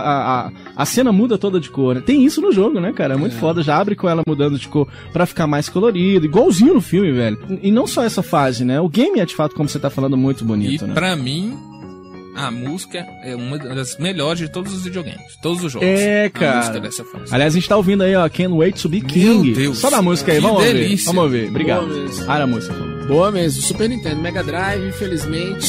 E: a cena muda toda de cor. Tem isso no jogo, né, cara? É muito foda, já abre com ela mudando de cor pra ficar mais colorido, igualzinho no filme, velho. E não só essa fase, né? O game é de fato, como você tá falando, muito bonito, né?
H: Pra mim, a música é uma das melhores de todos os videogames, todos os jogos.
E: Cara.
H: A música dessa fase.
E: Aliás, a gente tá ouvindo aí, ó, Can't Wait to Be King.
H: Meu Deus.
E: Só da música aí, vamos
H: delícia.
E: Vamos ver. Obrigado.
G: Boa
E: A música.
G: Boa mesmo. Super Nintendo, Mega Drive, infelizmente,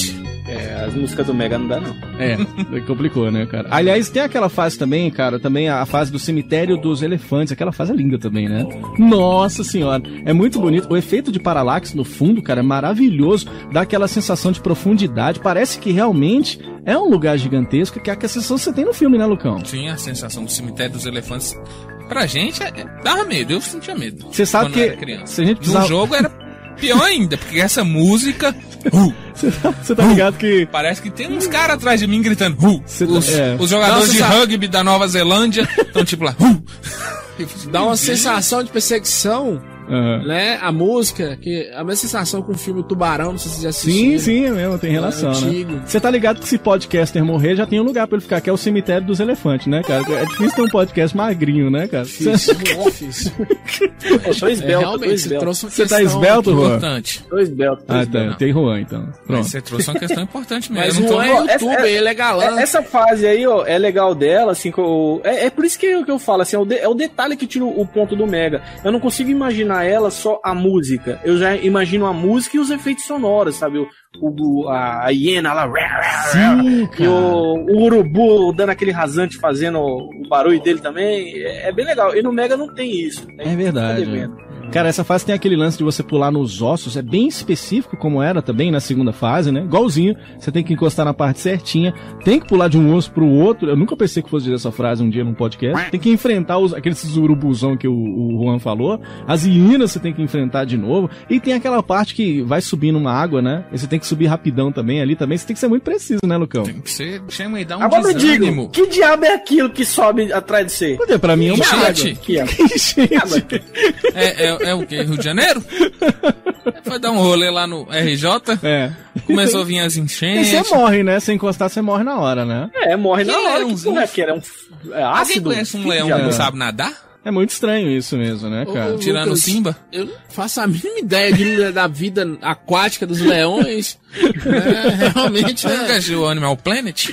F: As músicas do Mega não dá, não.
E: Complicou, né, cara? Aliás, tem aquela fase também, cara, também a fase do Cemitério dos Elefantes, aquela fase é linda também, né? Nossa senhora, é muito bonito. O efeito de paralaxe no fundo, cara, é maravilhoso, dá aquela sensação de profundidade, parece que realmente é um lugar gigantesco, que é a sensação que você tem no filme, né, Lucão?
H: Sim, a sensação do Cemitério dos Elefantes, pra gente, dava medo, eu sentia medo.
E: Você sabe que se a gente precisava...
H: No jogo era pior ainda, porque essa música...
E: Você tá ligado que...
H: Parece que tem uns caras atrás de mim gritando os jogadores de rugby da Nova Zelândia estão tipo lá...
G: Dá uma sensação de perseguição, né? A música, que a mesma sensação com o filme Tubarão, não sei se você já assistiu.
E: Sim, é mesmo, tem relação, né? Você tá ligado que se podcaster morrer, já tem um lugar pra ele ficar, que é o Cemitério dos Elefantes, né, cara? É difícil ter um podcast magrinho, né, cara?
G: Difícil.
F: Eu tô esbelto,
E: Você tá esbelto, Juan?
F: Tô esbelto.
E: tem Juan, então.
H: Pronto. Você trouxe uma questão importante mesmo.
G: Mas o Juan é YouTube, ele é galã.
F: Essa fase aí, ó, é legal dela, assim, é por isso que eu falo, assim, é o detalhe que tira o ponto do Mega. Eu não consigo imaginar ela só a música. Eu já imagino a música e os efeitos sonoros, sabe? A hiena lá, sim, e o urubu dando aquele rasante, fazendo o barulho dele também. É bem legal. E no Mega não tem isso. Né?
E: É verdade. Cara, essa fase tem aquele lance de você pular nos ossos, é bem específico como era também na segunda fase, né? Igualzinho, você tem que encostar na parte certinha, tem que pular de um osso pro outro. Eu nunca pensei que fosse dizer essa frase um dia num podcast. Tem que enfrentar aqueles urubuzão que o Juan falou, as hienas você tem que enfrentar de novo, e tem aquela parte que vai subindo uma água, né? E você tem que subir rapidão também ali também, você tem que ser muito preciso, né, Lucão?
H: Tem que ser, chama e dá um
F: agora
H: desânimo.
F: Digo, que diabo é aquilo que sobe atrás de você?
E: Cadê? Pra mim é uma água.
H: É o que? Rio de Janeiro? Foi dar um rolê lá no RJ. Começou a vir as enchentes.
E: E você morre, né? Se encostar, você morre na hora, né?
F: Morre na hora. É ácido.
H: Alguém conhece um leão que não sabe nadar?
E: É muito estranho isso mesmo, né, cara?
H: Tirando o Simba?
G: Eu não faço a mínima ideia da vida aquática dos leões. Realmente.
H: Você nunca assistiu o Animal Planet?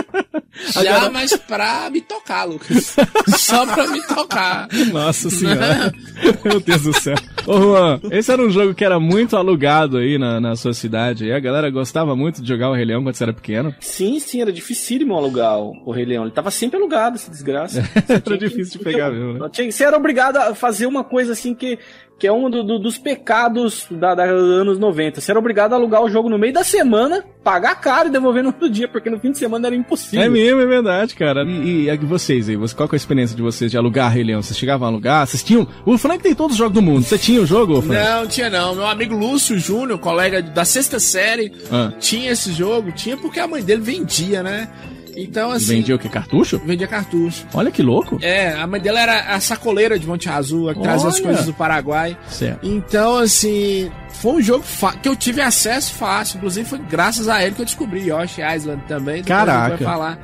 G: Já, mas pra me tocar, Lucas. Só pra me tocar.
E: Nossa senhora. Meu Deus do céu. Ô, Juan, esse era um jogo que era muito alugado aí na sua cidade. E a galera gostava muito de jogar o Rei Leão quando você era pequeno?
F: Sim, era dificílimo alugar o Rei Leão. Ele tava sempre alugado, essa desgraça.
E: Era difícil de pegar mesmo, né?
F: Você era obrigado a fazer uma coisa assim que é um dos pecados dos anos 90. Você era obrigado a alugar o jogo no meio da semana, pagar caro e devolver no outro dia, porque no fim de semana era impossível.
E: É mesmo, é verdade, cara. E vocês aí, qual que é a experiência de vocês de alugar Rei Leão? Vocês chegavam a alugar? Vocês tinham... O Frank tem todos os jogos do mundo. Você tinha o jogo, Frank?
G: Não, tinha não. Meu amigo Lúcio Júnior, colega da sexta série, tinha esse jogo. Tinha porque a mãe dele vendia, né? Então, assim...
E: Vendia o quê? Cartucho?
G: Vendia cartucho.
E: Olha que louco.
G: A mãe dela era a sacoleira de Monte Azul, que trazia as coisas do Paraguai.
E: Certo.
G: Então, assim, foi um jogo que eu tive acesso fácil. Inclusive, foi graças a ele que eu descobri Yoshi Island também.
E: Caraca.
G: Vai falar.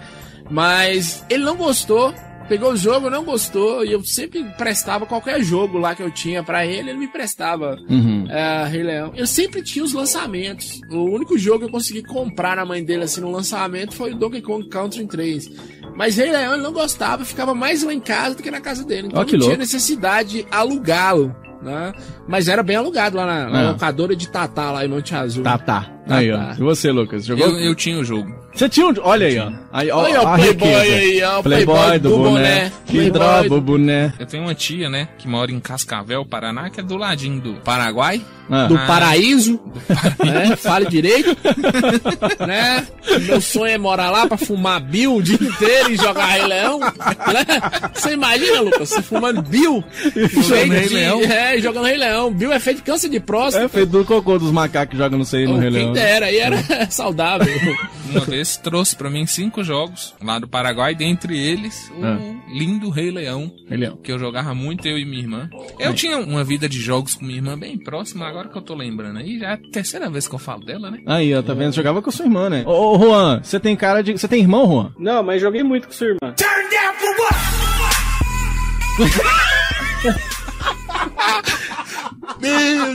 G: Mas ele não gostou. Pegou o jogo, não gostou, e eu sempre emprestava qualquer jogo lá que eu tinha pra ele me emprestava Rei Leão. Eu sempre tinha os lançamentos. O único jogo que eu consegui comprar na mãe dele assim no lançamento foi o Donkey Kong Country 3. Mas Rei Leão ele não gostava, ficava mais lá em casa do que na casa dele. Então não tinha necessidade de alugá-lo, né? Mas era bem alugado lá na locadora de Tatá, lá em Monte Azul.
E: Tatá. Aí, ó. E você, Lucas? Jogou?
H: Eu tinha o jogo.
E: Você tinha um... Olha aí, ó.
G: Olha o Playboy aí, ó.
E: O Playboy do boné. Que droga o boné.
H: Eu tenho uma tia, né, que mora em Cascavel, Paraná, que é do ladinho do Paraguai.
G: Do Paraíso. Né? Fale direito. Né? Meu sonho é morar lá pra fumar Bill o dia inteiro e jogar Rei Leão. Né? Você imagina, Lucas, você fumando Bill
E: jogando Rei Leão.
G: Jogando Rei Leão. Bill é feito de câncer de próstata.
E: É feito do cocô dos macacos que jogam no seio no Rei Leão.
G: Quem dera, aí era saudável.
H: Uma vez trouxe pra mim 5 jogos lá do Paraguai, dentre eles o lindo Rei Leão, que eu jogava muito, eu e minha irmã. Eu tinha uma vida de jogos com minha irmã bem próxima, agora que eu tô lembrando aí, já é a terceira vez que eu falo dela, né?
E: Aí, ó, tá vendo? Jogava com sua irmã, né? Ô, Juan, você tem cara de... Você tem irmão, Juan?
F: Não, mas joguei muito com sua irmã. Turn down for what?
G: Meu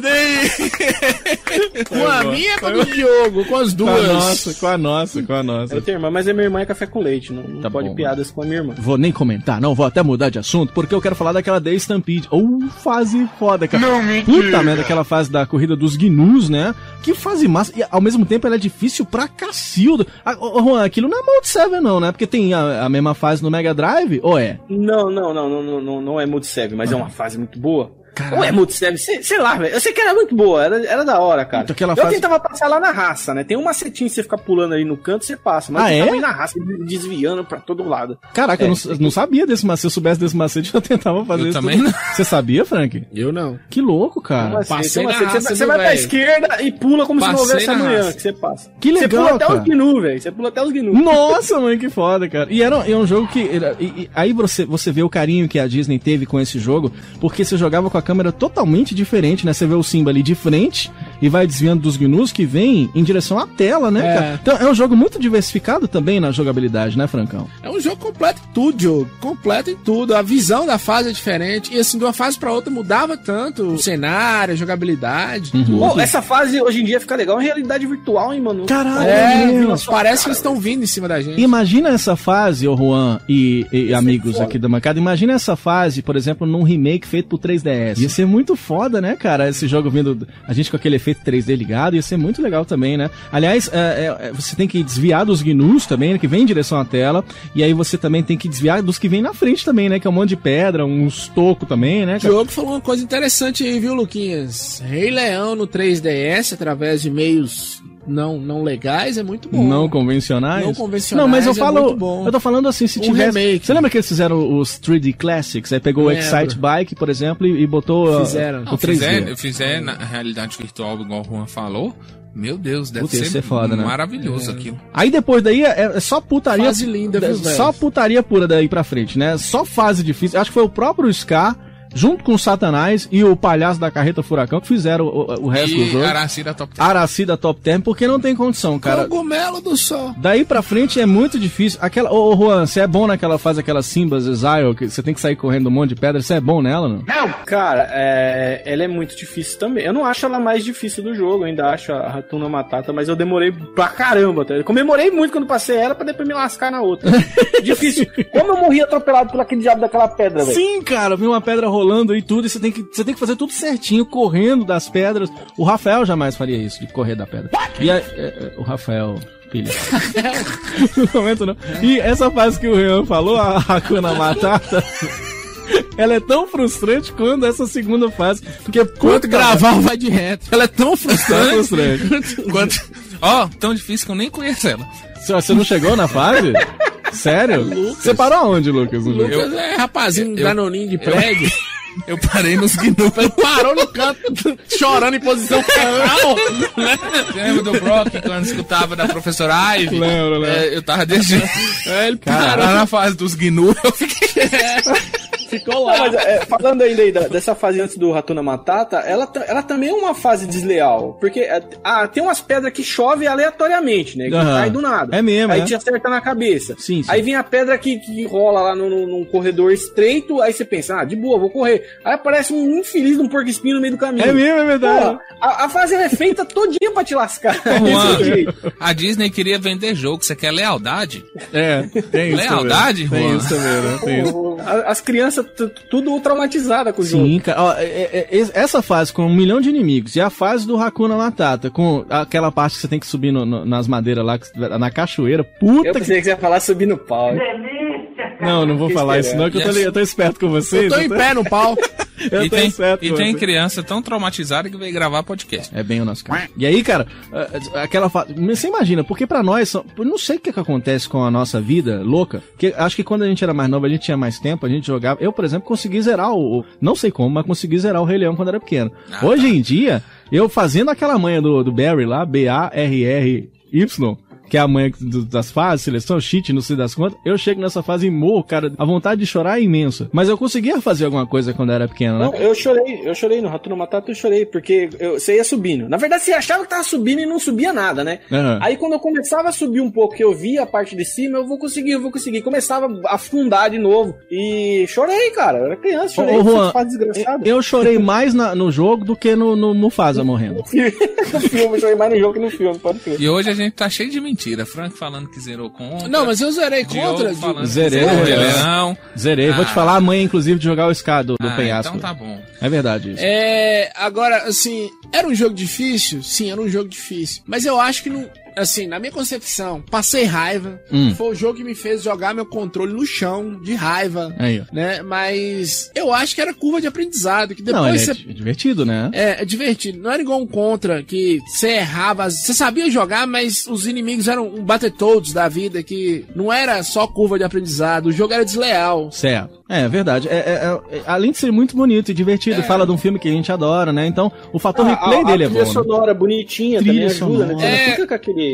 G: Deus! Com a minha ou com o Diogo? Com as duas.
E: Com a nossa.
F: Eu tenho irmã, mas a minha irmã é café com leite. Não
E: Tá
F: pode
E: bom,
F: piadas com a minha irmã.
E: Vou nem comentar, não, vou até mudar de assunto, porque eu quero falar daquela The Stampede. Fase foda, cara.
J: Não, mentira.
E: Puta merda, aquela fase da corrida dos gnus, né? Que fase massa. E ao mesmo tempo ela é difícil pra cacildo. Juan, aquilo não é Mode 7 não, né? Porque tem a mesma fase no Mega Drive, ou é?
F: Não é Mode 7, mas é uma fase muito boa.
E: Caralho.
F: Ou é Mode 7, sei lá, velho. Eu sei que era muito boa, era da hora, cara.
E: Então,
F: eu tentava passar lá na raça, né? Tem um macetinho que você fica pulando ali no canto, você passa. Mas eu tava aí na raça, desviando pra todo lado.
E: Caraca, eu não sabia desse macete. Se eu soubesse desse macete, eu tentava fazer
H: eu
E: isso.
H: Também não.
E: Você sabia, Frank?
G: Eu não.
E: Que louco, cara.
G: Passei na raça,
F: você vai pra esquerda e pula como se não houvesse amanhã, que você passa.
E: Que legal,
F: você pula até
E: cara.
F: os GNU, velho. Você pula até os GNU.
E: Nossa, mãe, que foda, cara. E é um jogo que... aí você vê o carinho que a Disney teve com esse jogo, porque você jogava com a câmera totalmente diferente, né? Você vê o Simba ali de frente e vai desviando dos gnus que vem em direção à tela, né, cara? Então é um jogo muito diversificado também na jogabilidade, né, Francão?
G: É um jogo completo em tudo, Diogo. Completo em tudo. A visão da fase é diferente. E assim, de uma fase pra outra mudava tanto o cenário, a jogabilidade.
F: Pô, essa fase hoje em dia fica legal em realidade virtual, hein, mano?
E: Caralho,
G: parece que eles estão vindo em cima da gente.
E: Imagina essa fase, ô Juan e amigos aqui da bancada, imagina essa fase, por exemplo, num remake feito pro 3DS. Ia ser muito foda, né, cara? Esse jogo vindo, a gente com aquele efeito 3D ligado, ia ser muito legal também, né? Aliás, você tem que desviar dos gnus também, né, que vem em direção à tela, e aí você também tem que desviar dos que vem na frente também, né, que é um monte de pedra, uns tocos também, né, cara?
G: O jogo falou uma coisa interessante aí, viu, Luquinhas? Rei Leão no 3DS, através de meios não legais, é muito bom.
E: Não convencionais?
G: Não convencionais.
E: Não, mas eu falo,
G: muito bom.
E: eu tô falando assim, se tivesse...
G: remake.
E: Você lembra que eles fizeram os 3D Classics? Aí pegou o Excite Bike, por exemplo, e botou
G: Fizeram.
E: o 3D.
H: Fizer na realidade virtual, igual o Juan falou, meu Deus, deve ser
E: foda, né?
H: Maravilhoso aquilo.
E: Aí depois daí é só putaria.
G: Fase linda, viu, velho?
E: Só putaria pura daí pra frente, né? Só fase difícil. Acho que foi o próprio Scar, junto com o Satanás e o palhaço da Carreta Furacão, que fizeram o resto do jogo.
H: Araci da Top 10.
E: Araci da Top 10, porque não tem condição, cara.
G: Cogumelo do sol.
E: Daí pra frente é muito difícil. Ô Juan, você é bom naquela fase, aquela Simba's Exile, que você tem que sair correndo um monte de pedra, você é bom nela, não?
F: Não! Cara, ela é muito difícil também. Eu não acho ela mais difícil do jogo, eu ainda acho a Hakuna Matata, mas eu demorei pra caramba. Eu comemorei muito quando passei ela pra depois me lascar na outra. Difícil. Como eu morri atropelado por aquele diabo daquela pedra, velho.
E: Sim, cara, viu uma pedra rolando e tudo, e você tem que fazer tudo certinho, correndo das pedras. O Rafael jamais faria isso, de correr da pedra. E o Rafael... Filha. No momento não. E essa fase que o Rian falou, a Hakuna Matata, ela é tão frustrante quanto essa segunda fase. Porque
G: quanto gravar vai de reto. Ela é tão frustrante.
H: Tão difícil que eu nem conheço ela.
E: Você não chegou na fase? Sério? Você parou aonde, Lucas?
G: Lucas é rapazinho, danoninho de prédio.
H: Eu parei nos GNU.
G: Ele parou no canto, chorando em posição fetal.
H: Lembra do Brock, quando escutava da professora Ivy?
E: Lembro.
H: Eu tava desde...
G: ele parou
H: na fase dos GNU, eu fiquei...
G: Ficou lá.
F: Não, mas, falando ainda dessa fase antes do Hakuna Matata, ela também é uma fase desleal. Porque tem umas pedras que chove aleatoriamente, né? Que cai do nada.
E: É mesmo,
F: aí te acerta na cabeça.
E: Sim.
F: Aí vem a pedra que rola lá num corredor estreito, aí você pensa, de boa, vou correr. Aí aparece um infeliz de um porco-espinho no meio do caminho.
E: É mesmo, é verdade.
F: Pô, a fase é feita todinha pra te lascar.
H: A Disney queria vender jogo, você quer lealdade?
E: Tem isso.
H: Lealdade,
E: também. Tem isso também, né? Tem isso.
F: As crianças tudo traumatizada com o jogo.
E: Sim, cara. Essa fase com 1 milhão de inimigos e a fase do Hakuna Matata, com aquela parte que você tem que subir nas madeiras lá, na cachoeira, puta.
F: Eu pensei que você ia falar subir no pau.
E: Não vou falar isso não, que eu tô esperto com vocês.
G: Eu tô em pé no pau.
H: Tem criança tão traumatizada que veio gravar podcast.
E: É bem o nosso caso. E aí, cara, aquela fase... Você imagina, porque pra nós... Eu não sei o que acontece com a nossa vida louca, que acho que quando a gente era mais novo, a gente tinha mais tempo, a gente jogava... Eu, por exemplo, consegui zerar não sei como, mas consegui zerar o Rei Leão quando era pequeno. Hoje em dia, eu fazendo aquela manha do Barry lá, B-A-R-R-Y... que é a mãe das fases, seleção, cheat, não sei das quantas, eu chego nessa fase e morro, cara, a vontade de chorar é imensa. Mas eu conseguia fazer alguma coisa quando eu era pequeno, né?
F: Não, eu chorei no Hakuna Matata, eu chorei, porque você ia subindo. Na verdade, você achava que tava subindo e não subia nada, né?
E: Uhum.
F: Aí quando eu começava a subir um pouco, que eu via a parte de cima, eu vou conseguir. Começava a afundar de novo. E chorei, cara. Eu era criança, chorei.
E: Ô, Juan, eu chorei mais no jogo do que no Mufasa morrendo.
F: No filme, eu chorei mais no jogo que no filme, pode crer.
H: E hoje a gente tá cheio de mentira. Frank falando que zerou contra.
G: Não, mas eu zerei contra.
E: Zerei. Vou te falar amanhã, inclusive, de jogar o Ska do penhasco.
H: Então tá bom.
E: É verdade isso.
G: Agora, assim, era um jogo difícil? Sim, era um jogo difícil. Mas eu acho que não... Assim, na minha concepção, passei raiva. Foi o jogo que me fez jogar meu controle no chão, de raiva.
E: Aí,
G: né? Mas eu acho que era curva de aprendizado. Que depois
E: não, é divertido, né?
G: É divertido. Não era igual um Contra, que você errava. Você sabia jogar, mas os inimigos eram um Battletoads da vida, que não era só curva de aprendizado. O jogo era desleal.
E: Certo. É verdade. Além de ser muito bonito e divertido, fala de um filme que a gente adora, né? Então, o fator replay dele é bom.
F: A trilha sonora bonitinha
E: trilha
F: também ajuda,
E: sonora.
F: né? Você fica com aquele...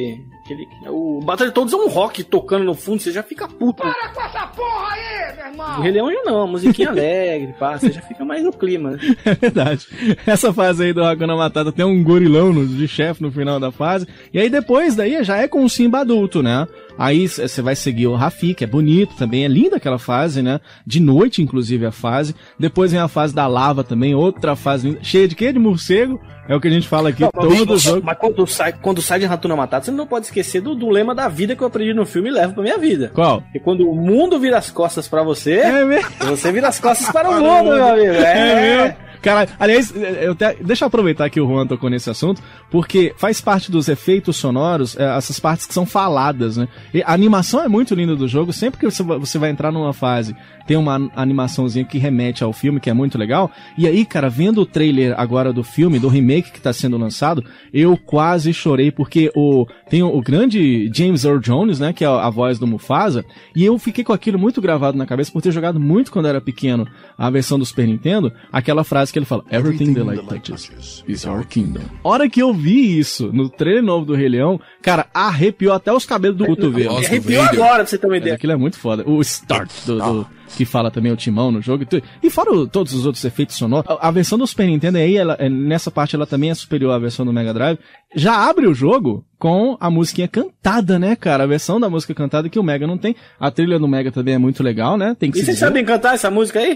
F: O Battletoads é um rock tocando no fundo, você já fica puto.
B: Para com essa porra aí, meu irmão!
F: O Rei Leão já não, a musiquinha alegre, pá, você já fica mais no clima, né?
E: É verdade. Essa fase aí do Hakuna Matata tem um gorilão de chefe no final da fase. E aí depois daí já é com o Simba adulto, né? Aí você vai seguir o Rafiki, que é bonito também, é linda aquela fase, né? De noite, inclusive, a fase. Depois vem a fase da lava também, outra fase linda. Cheia de quê? De morcego. É o que a gente fala aqui todo jogo.
F: Mas quando sai de Hakuna Matata, você não pode esquecer do lema da vida que eu aprendi no filme e levo pra minha vida.
E: Qual?
F: E quando o mundo vira as costas pra você, você vira as costas para o mundo, meu amigo.
E: É. Cara, aliás, deixa eu aproveitar que o Juan tocou nesse assunto, porque faz parte dos efeitos sonoros, essas partes que são faladas, né? E a animação é muito linda do jogo, sempre que você vai entrar numa fase, tem uma animaçãozinha que remete ao filme, que é muito legal, e aí, cara, vendo o trailer agora do filme, do remake que tá sendo lançado, eu quase chorei, porque tem o grande James Earl Jones, né, que é a voz do Mufasa, e eu fiquei com aquilo muito gravado na cabeça, por ter jogado muito quando era pequeno, a versão do Super Nintendo, aquela frase que ele fala, Everything the light touches is our kingdom. Hora que eu vi isso no trailer novo do Rei Leão, cara, arrepiou até os cabelos do cotovelo.
F: Arrepiou agora, pra você ter uma ideia.
E: Aquilo é muito foda. O start que fala também o timão no jogo e fora todos os outros efeitos sonoros. A versão do Super Nintendo aí, nessa parte ela também é superior à versão do Mega Drive. Já abre o jogo com a musiquinha cantada, né, cara? A versão da música cantada que o Mega não tem. A trilha do Mega também é muito legal, né? Tem que
F: vocês sabem cantar essa música aí?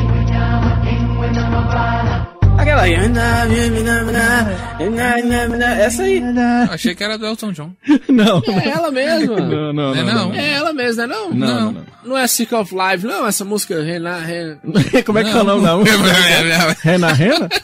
F: Aquela aí. Essa aí.
H: Achei que era do Elton John.
E: Não.
G: É ela mesma.
E: Não.
G: É ela mesma, não? Não é Sick of Life, não? Essa música
E: Como é que é o nome da música? Rena?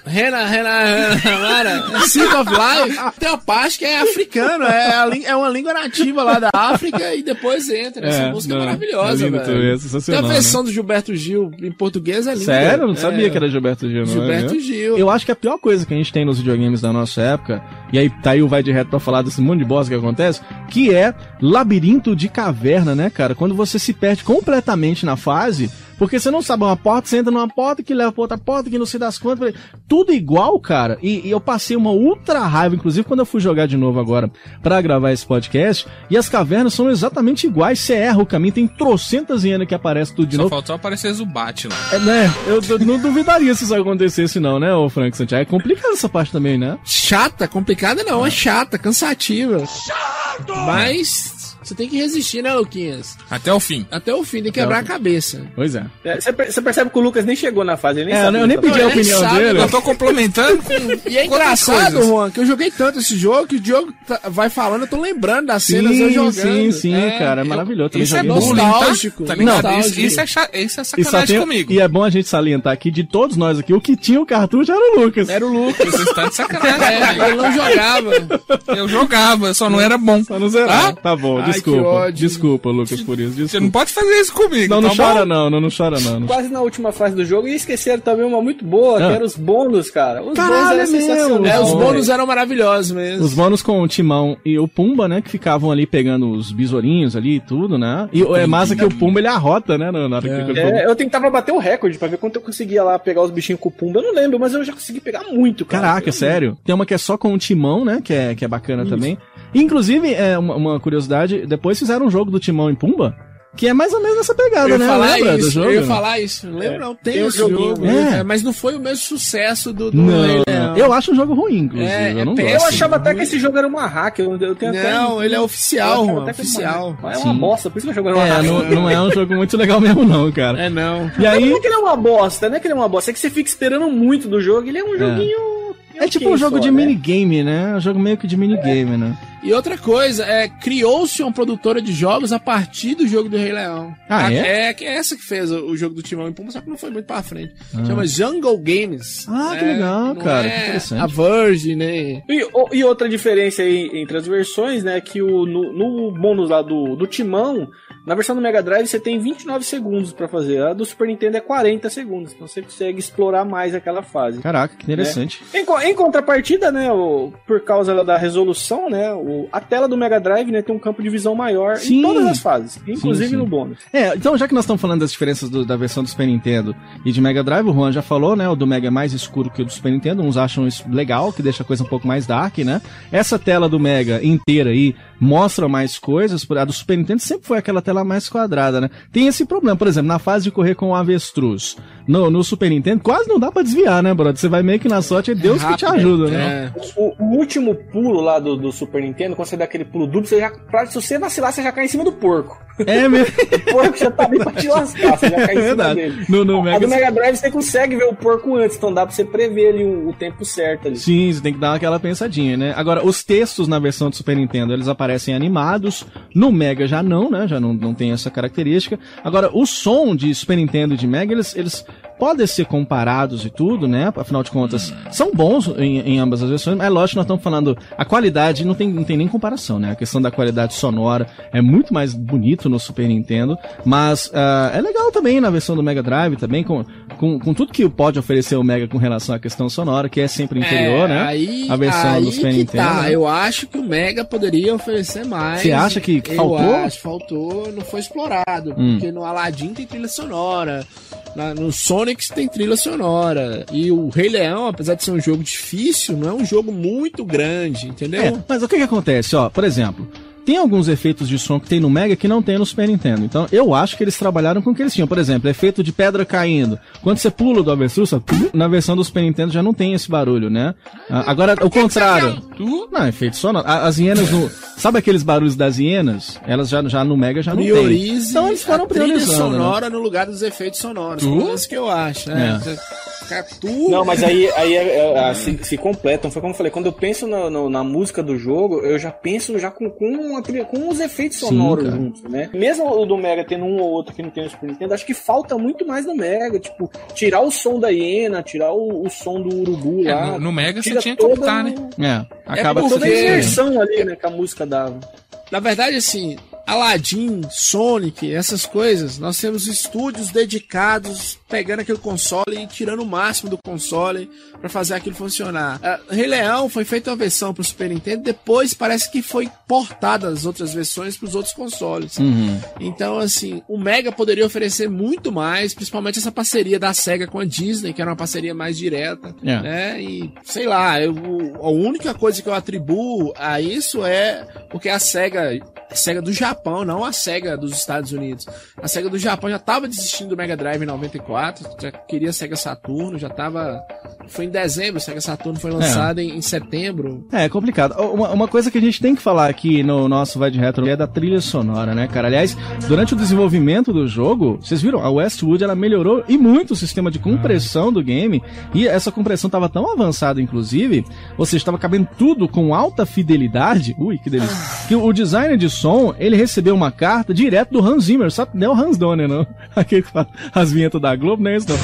G: Sick of Life. Tem uma parte que é africana, é uma língua nativa lá da África e depois entra. Essa música é maravilhosa, velho. Tem a versão do Gilberto Gil em português, é linda.
E: Sério? Eu não sabia que era Gilberto Gil, não.
G: Gilberto Gil.
E: Eu acho que a pior coisa que a gente tem nos videogames da nossa época, e aí tá aí o Vai de Reto pra falar desse monte de bosta que acontece, que é labirinto de caverna, né, cara? Quando você se perde completamente na fase, porque você não sabe uma porta, você entra numa porta que leva pra outra porta, que não se dá as contas, tudo igual, cara. E eu passei uma ultra raiva, inclusive quando eu fui jogar de novo agora pra gravar esse podcast, e as cavernas são exatamente iguais, você erra o caminho, tem trocentas hienas que aparecem tudo de novo.
H: Só faltou aparecer Zubat lá.
E: Né, eu não duvidaria se isso acontecesse não, né, ô Frank Santiago? É complicado essa parte também, né?
G: Chata, complicada não, é chata, cansativa.
B: Chato!
G: Mas você tem que resistir, né, Luquinhas?
H: Até o fim.
G: Tem que quebrar a cabeça.
E: Pois é.
F: Você percebe que o Lucas nem chegou na fase, ele nem sabe.
E: Eu nem pedi a opinião dele.
H: Eu tô complementando com
G: E é engraçado, Juan, que eu joguei tanto esse jogo, que o Diogo vai falando, eu tô lembrando das cenas eu jogando.
E: Sim, cara, é maravilhoso.
G: Isso é nostálgico.
H: Tá nostálgico. Isso é sacanagem comigo.
E: E é bom a gente salientar aqui, de todos nós aqui, o que tinha o cartucho era o Lucas.
H: Você está de sacanagem.
G: Ele não jogava.
H: Eu jogava, só não era bom.
E: Só não zerar. Tá bom, desculpa. Desculpa, Lucas, por isso. Desculpa.
H: Você não pode fazer isso comigo.
E: Não chora não.
F: Quase na última fase do jogo, e esqueceram também uma muito boa, que era os bônus, cara. Os bônus eram sensacionais.
G: Os bônus eram maravilhosos mesmo.
E: Os bônus com o Timão e o Pumba, né, que ficavam ali pegando os besourinhos ali e tudo, né? E é massa que o Pumba, ele arrota, né?
F: Eu tentava bater o recorde pra ver quanto eu conseguia lá pegar os bichinhos com o Pumba. Eu não lembro, mas eu já consegui pegar muito, cara.
E: Caraca, sério? Tem uma que é só com o Timão, né, que é bacana também. Inclusive, uma curiosidade, depois fizeram um jogo do Timão e Pumba, que é mais ou menos essa pegada, né? Lembra do jogo?
G: Eu ia falar isso. Lembra? Não tem esse jogo. Mas não foi o mesmo sucesso do
E: Rei Leão. Eu acho um jogo ruim, inclusive.
F: Eu achava até que esse jogo era uma hack.
G: Não, ele é oficial, mano. Oficial.
F: É uma bosta, por isso que eu jogo era uma hack.
E: Não é um jogo muito legal mesmo, não, cara.
G: É, não.
E: E aí...
F: Não é que ele é uma bosta, é que você fica esperando muito do jogo. Ele é um joguinho...
E: É tipo um jogo de minigame, né? Um jogo meio que de minigame, né?
G: E outra coisa, criou-se uma produtora de jogos a partir do jogo do Rei Leão. Que é essa que fez o jogo do Timão e Pumba, só que não foi muito pra frente. Chama Jungle Games.
E: Que legal, cara. Que interessante.
G: A Virgin, né?
F: E outra diferença aí entre as versões, né? Que no bônus lá do Timão, na versão do Mega Drive você tem 29 segundos pra fazer. A do Super Nintendo é 40 segundos. Então você consegue explorar mais aquela fase.
E: Caraca, que interessante.
F: Né? Em contrapartida, né? Por causa da resolução, né? A tela do Mega Drive, né, tem um campo de visão maior em todas as fases, inclusive no bônus.
E: Então já que nós estamos falando das diferenças da versão do Super Nintendo e de Mega Drive, o Juan já falou, né, o do Mega é mais escuro que o do Super Nintendo, uns acham isso legal, que deixa a coisa um pouco mais dark, né? Essa tela do Mega inteira aí mostra mais coisas, a do Super Nintendo sempre foi aquela tela mais quadrada, né? Tem esse problema, por exemplo, na fase de correr com o avestruz, no Super Nintendo quase não dá pra desviar, né, brother? Você vai meio que na sorte, é Deus que te ajuda, né?
F: O último pulo lá do Super Nintendo, quando você dá aquele pulo duplo, se você vacilar, você já cai em cima do porco.
E: É mesmo?
F: O porco já tá bem pra te lascar, você já cai em cima dele. A do Mega Drive você consegue ver o porco antes, então dá pra você prever ali o tempo certo ali.
E: Sim, você tem que dar aquela pensadinha, né? Agora, os textos na versão do Super Nintendo, eles aparecem animados, no Mega já não, né? Já não tem essa característica. Agora, o som de Super Nintendo e de Mega, eles podem ser comparados e tudo, né? Afinal de contas, são bons em ambas as versões, mas lógico, nós estamos falando, a qualidade não tem nem comparação, né? A questão da qualidade sonora é muito mais bonito no Super Nintendo, mas é legal também na versão do Mega Drive, também com tudo que pode oferecer o Mega com relação à questão sonora, que é sempre inferior, né?
G: A versão do Super Nintendo. Né? Eu acho que o Mega poderia oferecer mais.
E: Você acha que faltou?
G: Eu acho, faltou, não foi explorado, porque no Aladdin tem trilha sonora, no Sonic tem trilha sonora, e o Rei Leão, apesar de ser um jogo difícil, não é um jogo muito grande, entendeu?
E: Mas o que acontece, ó, por exemplo, tem alguns efeitos de som que tem no Mega que não tem no Super Nintendo. Então, eu acho que eles trabalharam com o que eles tinham. Por exemplo, efeito de pedra caindo. Quando você pula do avestruz, na versão do Super Nintendo já não tem esse barulho, né? Agora, o contrário. Não, efeito sonoro. As hienas, sabe aqueles barulhos das hienas? Elas já no Mega já não tem. Então, eles foram priorizando.
G: Trilha sonora, né, no lugar dos efeitos sonoros. É isso que eu acho, né?
F: Não, mas aí se completam. Foi como eu falei, quando eu penso na música do jogo, eu já penso com os efeitos sonoros juntos, né? Mesmo o do Mega tendo um ou outro que não tem no Super Nintendo, acho que falta muito mais no Mega, tipo, tirar o som da hiena, tirar o som do urubu lá.
H: No Mega você tinha que optar, né?
E: Acaba
F: toda a imersão ali, né, que a música dava.
G: Na verdade, assim, Aladdin, Sonic, essas coisas, nós temos estúdios dedicados pegando aquele console e tirando o máximo do console pra fazer aquilo funcionar. Rei Leão foi feita uma versão pro Super Nintendo, depois parece que foi portada as outras versões pros outros consoles. Então, assim, o Mega poderia oferecer muito mais, principalmente essa parceria da SEGA com a Disney, que era uma parceria mais direta, né? E, sei lá, a única coisa que eu atribuo a isso é porque a SEGA do Japão, não a SEGA dos Estados Unidos. A SEGA do Japão já tava desistindo do Mega Drive em 94, já queria SEGA Saturno, já tava... Foi em dezembro, o SEGA Saturno foi lançado em setembro.
E: É complicado. Uma coisa que a gente tem que falar aqui no nosso Vai de Retro é da trilha sonora, né, cara? Aliás, durante o desenvolvimento do jogo, vocês viram, a Westwood, ela melhorou e muito o sistema de compressão do game, e essa compressão tava tão avançada, inclusive, ou seja, estava cabendo tudo com alta fidelidade, que delícia, que o designer de som, ele recebeu uma carta direto do Hans Zimmer, sabe? Não é o Hans Donner, não. Aquele que faz as vinhetas da Globo, não é isso, não.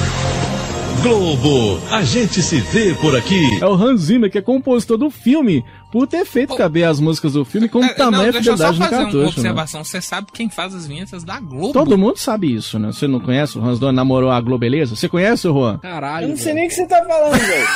D: Globo, a gente se vê por aqui.
E: É o Hans Zimmer, que é compositor do filme, por ter feito caber as músicas do filme com tamanha fidelidade no cartucho. Deixa eu só fazer uma
H: observação.
E: Né?
H: Você sabe quem faz as vinhetas da Globo?
E: Todo mundo sabe isso, né? Você não conhece? O Hans Donner namorou a Globeleza? Você conhece, Juan?
G: Caralho.
F: Eu não sei nem o que você tá falando, velho.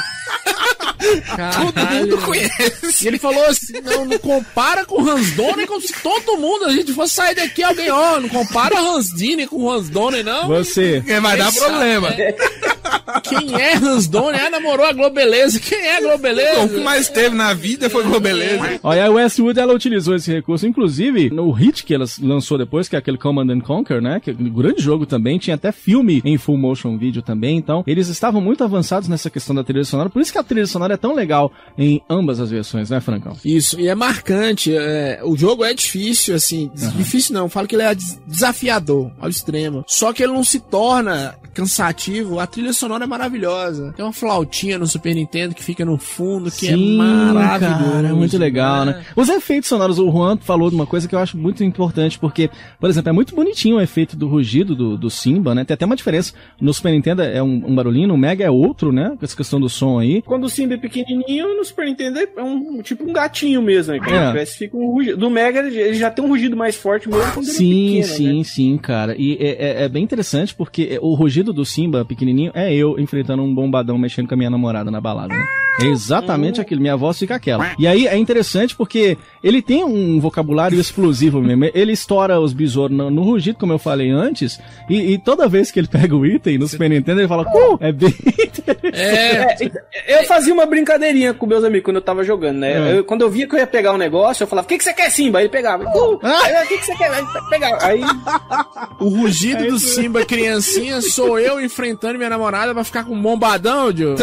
H: Todo mundo conhece.
G: E ele falou assim, não compara com o Hans Donner, como se todo mundo, a gente fosse sair daqui, alguém, não compara Hans Zimmer com o Hans Donner, não.
E: Você.
H: Vai dar problema.
G: Quem é Hans Donner? Namorou a Globeleza. Quem é a Globeleza?
H: O que mais teve na vida foi Globeleza.
E: Olha, a Westwood, ela utilizou esse recurso, inclusive, no hit que ela lançou depois, que é aquele Command & Conquer, né? Que é um grande jogo também, tinha até filme em full motion video também, então eles estavam muito avançados nessa questão da trilha sonora, por isso que a trilha sonora é tão legal em ambas as versões, né, Francão?
G: Isso, e é marcante, o jogo é difícil, assim, difícil não, eu falo que ele é desafiador, ao extremo, só que ele não se torna cansativo, a trilha sonora é maravilhosa, tem uma flautinha no Super Nintendo que fica no fundo, que é maravilhoso.
E: Cara, é muito legal, né? Os efeitos sonoros, o Juan falou de uma coisa que eu acho muito importante, porque, por exemplo, é muito bonitinho o efeito do rugido do Simba, né? Tem até uma diferença. No Super Nintendo é um barulhinho, no Mega é outro, né? Com essa questão do som aí.
F: Quando o Simba é pequenininho, no Super Nintendo é tipo um gatinho mesmo, né? Parece que fica um rugido. Do Mega ele já tem um rugido mais forte mesmo quando ele é pequeno, sim, cara. E é bem interessante porque o rugido do Simba pequenininho é eu enfrentando um bombadão mexendo com a minha namorada na balada, né? É exatamente aquilo, minha voz fica aquela. E aí é interessante porque ele tem um vocabulário explosivo mesmo. Ele estoura os besouros no rugido, como eu falei antes, e toda vez que ele pega o item no Super Nintendo, ele fala, é bem interessante. Eu fazia uma brincadeirinha com meus amigos quando eu tava jogando, né? Quando eu via que eu ia pegar um negócio, eu falava, o que você quer, Simba? Aí ele pegava. O que você quer? Aí pegava. Aí...
G: O rugido do Simba criancinha sou eu enfrentando minha namorada pra ficar com um bombadão, Joe.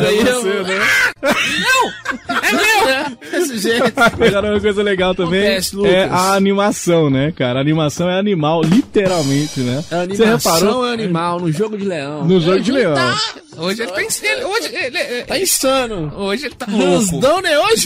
G: Não! É meu! Desse jeito.
E: Agora uma coisa legal também é a animação, né, cara? A animação é animal, literalmente, né?
G: A animação é animal, no jogo de leão.
E: No jogo de leão.
H: Hoje ele tá
G: tá insano.
H: Hoje ele tá
G: louco. Né? Hoje,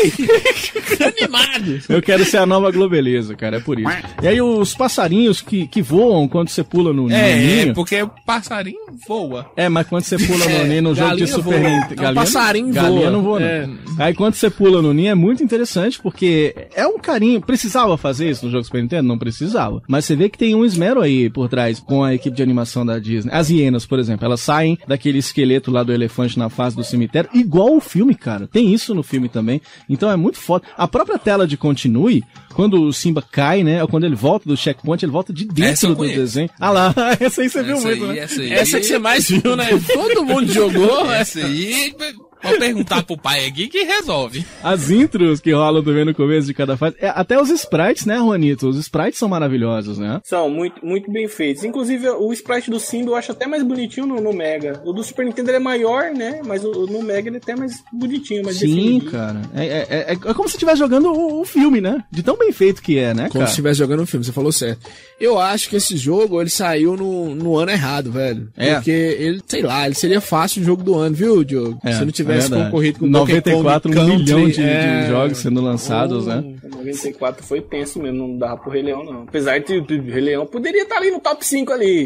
G: animado.
E: Eu quero ser a nova Globeleza, cara, é por isso. E aí os passarinhos que voam quando você pula no ninho.
H: Porque o passarinho voa.
E: Mas quando você pula no ninho, no jogo de Super Nintendo...
G: O passarinho voa.
E: Galinha não voa, não. Aí quando você pula no ninho é muito interessante, porque é um carinho. Precisava fazer isso no jogo Super Nintendo? Não precisava. Mas você vê que tem um esmero aí por trás com a equipe de animação da Disney. As hienas, por exemplo, elas saem daquele esqueleto lá do elefante na face do cemitério, igual o filme, cara. Tem isso no filme também. Então é muito foda. A própria tela de continue, quando o Simba cai, né? Ou quando ele volta do checkpoint, ele volta de dentro do desenho. Ah lá, essa aí você viu muito, né?
G: Essa que você mais viu, né? Todo mundo jogou.
H: Essa aí... Vou perguntar pro pai aqui que resolve.
E: As intros que rolam também no começo de cada fase. Até os sprites, né, Juanito? Os sprites são maravilhosos, né?
F: São muito, muito bem feitos. Inclusive, o sprite do Simba eu acho até mais bonitinho no Mega. O do Super Nintendo ele é maior, né? Mas no Mega ele é até mais bonitinho, mais definido.
E: Sim, cara. É como se estivesse jogando o filme, né? De tão bem feito que é, né, cara?
G: Como se estivesse jogando o filme, você falou certo. Eu acho que esse jogo, ele saiu no ano errado, velho. Porque ele, sei lá, ele seria fácil o jogo do ano, viu, Diogo? Se não tivesse concorrido com
E: 94 milhões de jogos sendo lançados, né?
F: 94 foi tenso mesmo, não dava pro Rei Leão, não. Apesar de o Rei Leão poderia estar ali no top 5 ali.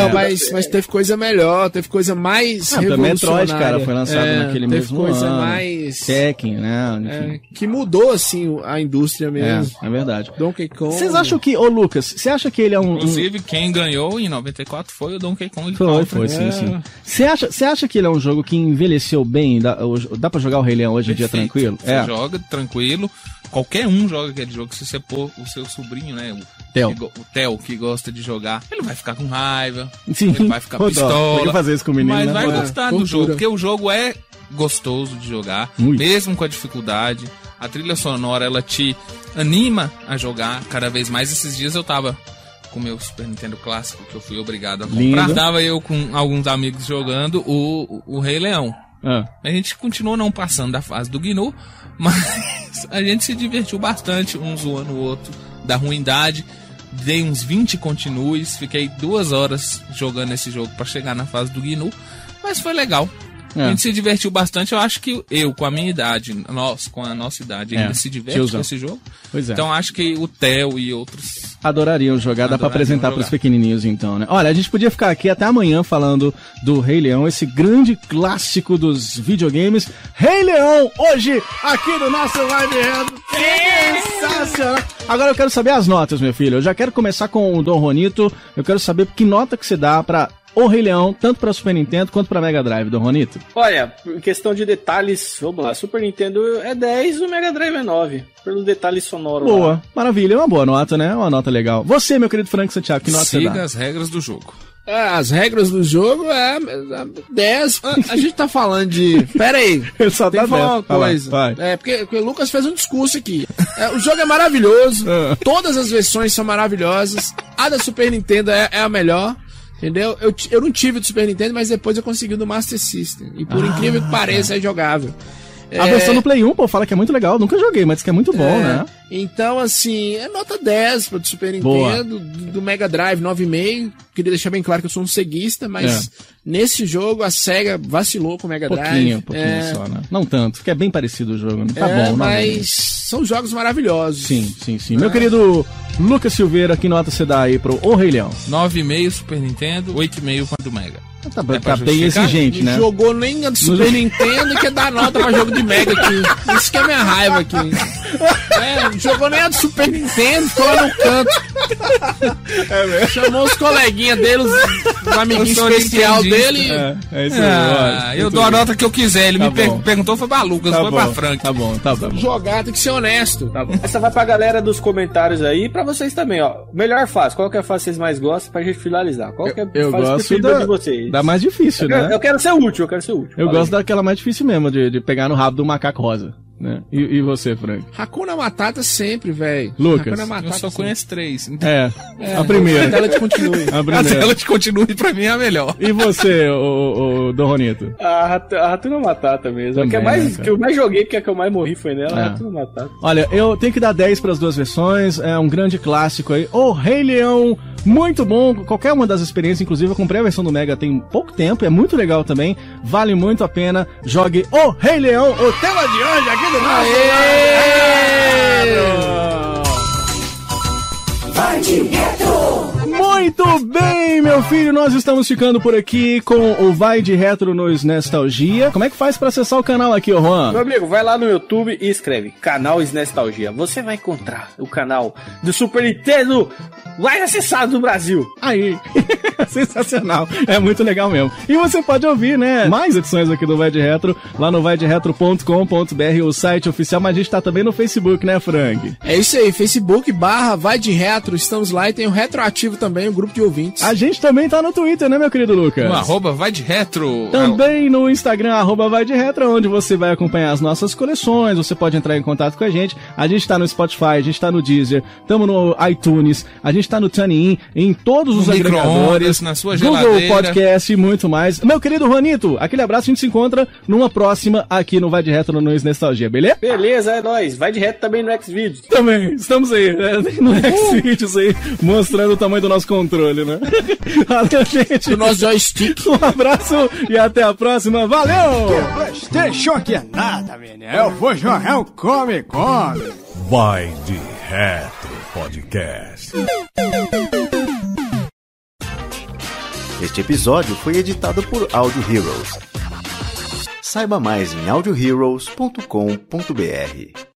G: Mas teve coisa melhor, teve coisa mais revolucionária.
E: Metroid, cara, foi lançado naquele mesmo ano.
G: Teve coisa mais...
E: Tekken, né?
G: Que mudou, assim, a indústria mesmo.
E: É verdade.
G: Donkey Kong...
E: Vocês acham que... Ô, Lucas, você acha que ele é
H: Inclusive, quem ganhou em 94 foi o Donkey Kong.
E: Foi, sim. Você acha que ele é um jogo que envelheceu bem? Dá pra jogar o Rei Leão hoje em dia tranquilo?
H: Você joga tranquilo. Qualquer um joga aquele jogo. Se você pôr o seu sobrinho, né? O Theo, que gosta de jogar, ele vai ficar com raiva.
E: Sim.
H: Ele vai ficar pistola.
E: Tem que fazer isso com o menino,
H: mas
E: né?
H: vai gostar do jogo, porque o jogo é gostoso de jogar, mesmo com a dificuldade. A trilha sonora, ela te anima a jogar cada vez mais. Esses dias eu tava com o meu Super Nintendo clássico, que eu fui obrigado a comprar. Tava eu com alguns amigos jogando o Rei Leão. A gente continuou não passando da fase do Gnu, mas a gente se divertiu bastante, um zoando o outro da ruindade. Dei uns 20 continues, fiquei 2 horas jogando esse jogo pra chegar na fase do Gnu, mas foi legal. A gente se divertiu bastante. Eu acho que eu, com a minha idade, com a nossa idade, ainda se diverte com esse jogo. Então acho que o Theo e outros
E: adorariam jogar. Dá pra apresentar pros pequenininhos, então, né? Olha, a gente podia ficar aqui até amanhã falando do Rei Leão, esse grande clássico dos videogames. Rei Leão, hoje, aqui no nosso Live Retro. Sensacional! Agora eu quero saber as notas, meu filho. Eu já quero começar com o Dom Ronito. Eu quero saber que nota que você dá pra O Rei Leão, tanto para Super Nintendo quanto para Mega Drive, Dom Ronito?
F: Olha, em questão de detalhes, vamos lá, Super Nintendo é 10, o Mega Drive é 9, pelo detalhe sonoro.
E: Boa,
F: lá.
E: Maravilha, é uma boa nota, né? Uma nota legal. Você, meu querido Frank Santiago, que nota você dá?
H: Siga as regras do jogo.
G: As regras do jogo é 10. A gente tá falando de... Pera aí.
E: Ele só
G: tem
E: tá
G: que falar uma
E: 10.
G: coisa.
E: Vai.
G: Porque o Lucas fez um discurso aqui. O jogo é maravilhoso. Todas as versões são maravilhosas. A da Super Nintendo é a melhor. Entendeu? Eu não tive do Super Nintendo, mas depois eu consegui do Master System. E por incrível que pareça, é jogável.
E: A versão do Play 1, pô, fala que é muito legal. Nunca joguei, mas que é muito bom, né?
G: Então, assim, é nota 10 pro Super Nintendo, do Mega Drive 9,5. Queria deixar bem claro que eu sou um ceguista, mas nesse jogo a SEGA vacilou com o Mega Drive.
E: Pouquinho só, né? Não tanto, porque é bem parecido o jogo. Tá bom,
G: mas são jogos maravilhosos.
E: Sim. Meu querido Lucas Silveira, que nota você dá aí pro O Rei Leão?
H: 9,5 Super Nintendo, 8,5 para do Mega.
E: Tá bem exigente, né?
G: Não jogou nem a do Super Nintendo e quer dar nota pra jogo de Mega aqui. Isso que é minha raiva aqui. Não jogou nem a do Super Nintendo, ficou lá no canto. Chamou os coleguinhas dele, os amiguinhos especial dele.
E: É isso aí.
H: Eu dou a nota que eu quiser. Ele me perguntou, foi pra Lucas, foi pra Frank.
E: Tá bom.
G: Jogar tem que ser honesto.
F: Tá bom. Essa vai pra galera dos comentários aí e pra vocês também, ó. Melhor fase, qual que é a fase que vocês mais gostam pra gente finalizar? Qual que é a fase preferida de vocês?
E: Da mais difícil, né?
F: Eu quero ser útil,
E: Eu gosto daquela mais difícil mesmo, de pegar no rabo do macaco rosa, né? E você, Frank?
G: Hakuna Matata sempre, velho.
E: Lucas?
H: Eu só conheço 3.
E: Então... A primeira.
G: A tela de continue.
H: A tela de continue pra mim é a melhor.
E: E você, o Doronito?
F: A Hakuna Matata mesmo. Também, que eu mais joguei, porque a que eu mais morri foi nela, a Hakuna Matata.
E: Olha, eu tenho que dar 10 pras duas versões, é um grande clássico aí. O Rei Leão, muito bom, qualquer uma das experiências, inclusive eu comprei a versão do Mega tem pouco tempo, é muito legal também, vale muito a pena, jogue O Rei Leão, o tema de hoje aqui do nosso Vai de Retro! Muito bem, meu filho, nós estamos ficando por aqui com o Vai de Retro nos Nostalgia. Como é que faz pra acessar o canal aqui, ô Juan?
F: Meu amigo, vai lá no YouTube e escreve Canal Nostalgia. Você vai encontrar o canal do Super Nintendo mais acessado do Brasil.
E: Aí, sensacional, é muito legal mesmo. E você pode ouvir, né, mais edições aqui do Vai de Retro, lá no vaideretro.com.br, o site oficial, mas a gente tá também no Facebook, né, Frank?
G: É isso aí, Facebook/Vai de Retro, estamos lá e tem o Retroativo também, o grupo de ouvintes.
E: A gente também tá no Twitter, né, meu querido Lucas?
H: No @Vai de Retro.
E: Também no Instagram, @Vai de Retro, onde você vai acompanhar as nossas coleções, você pode entrar em contato com a gente tá no Spotify, a gente tá no Deezer, tamo no iTunes, a gente tá no TuneIn, em todos os agregadores,
H: na sua
E: Google
H: geladeira,
E: Podcast e muito mais. Meu querido Juanito, aquele abraço, a gente se encontra numa próxima aqui no Vai de Retro no Nostalgia, beleza?
F: Beleza, é nóis. Vai de Retro também no Xvideos.
E: Também, estamos aí, no Xvideos aí, mostrando o tamanho do nosso controle, né? Valeu, gente.
G: Do nosso joystick.
E: Um abraço e até a próxima. Valeu!
K: PlayStation que é nada, menino. Eu vou jogar um come.
D: Vai de Retro Podcast.
L: Este episódio foi editado por Audio Heroes. Saiba mais em audioheroes.com.br.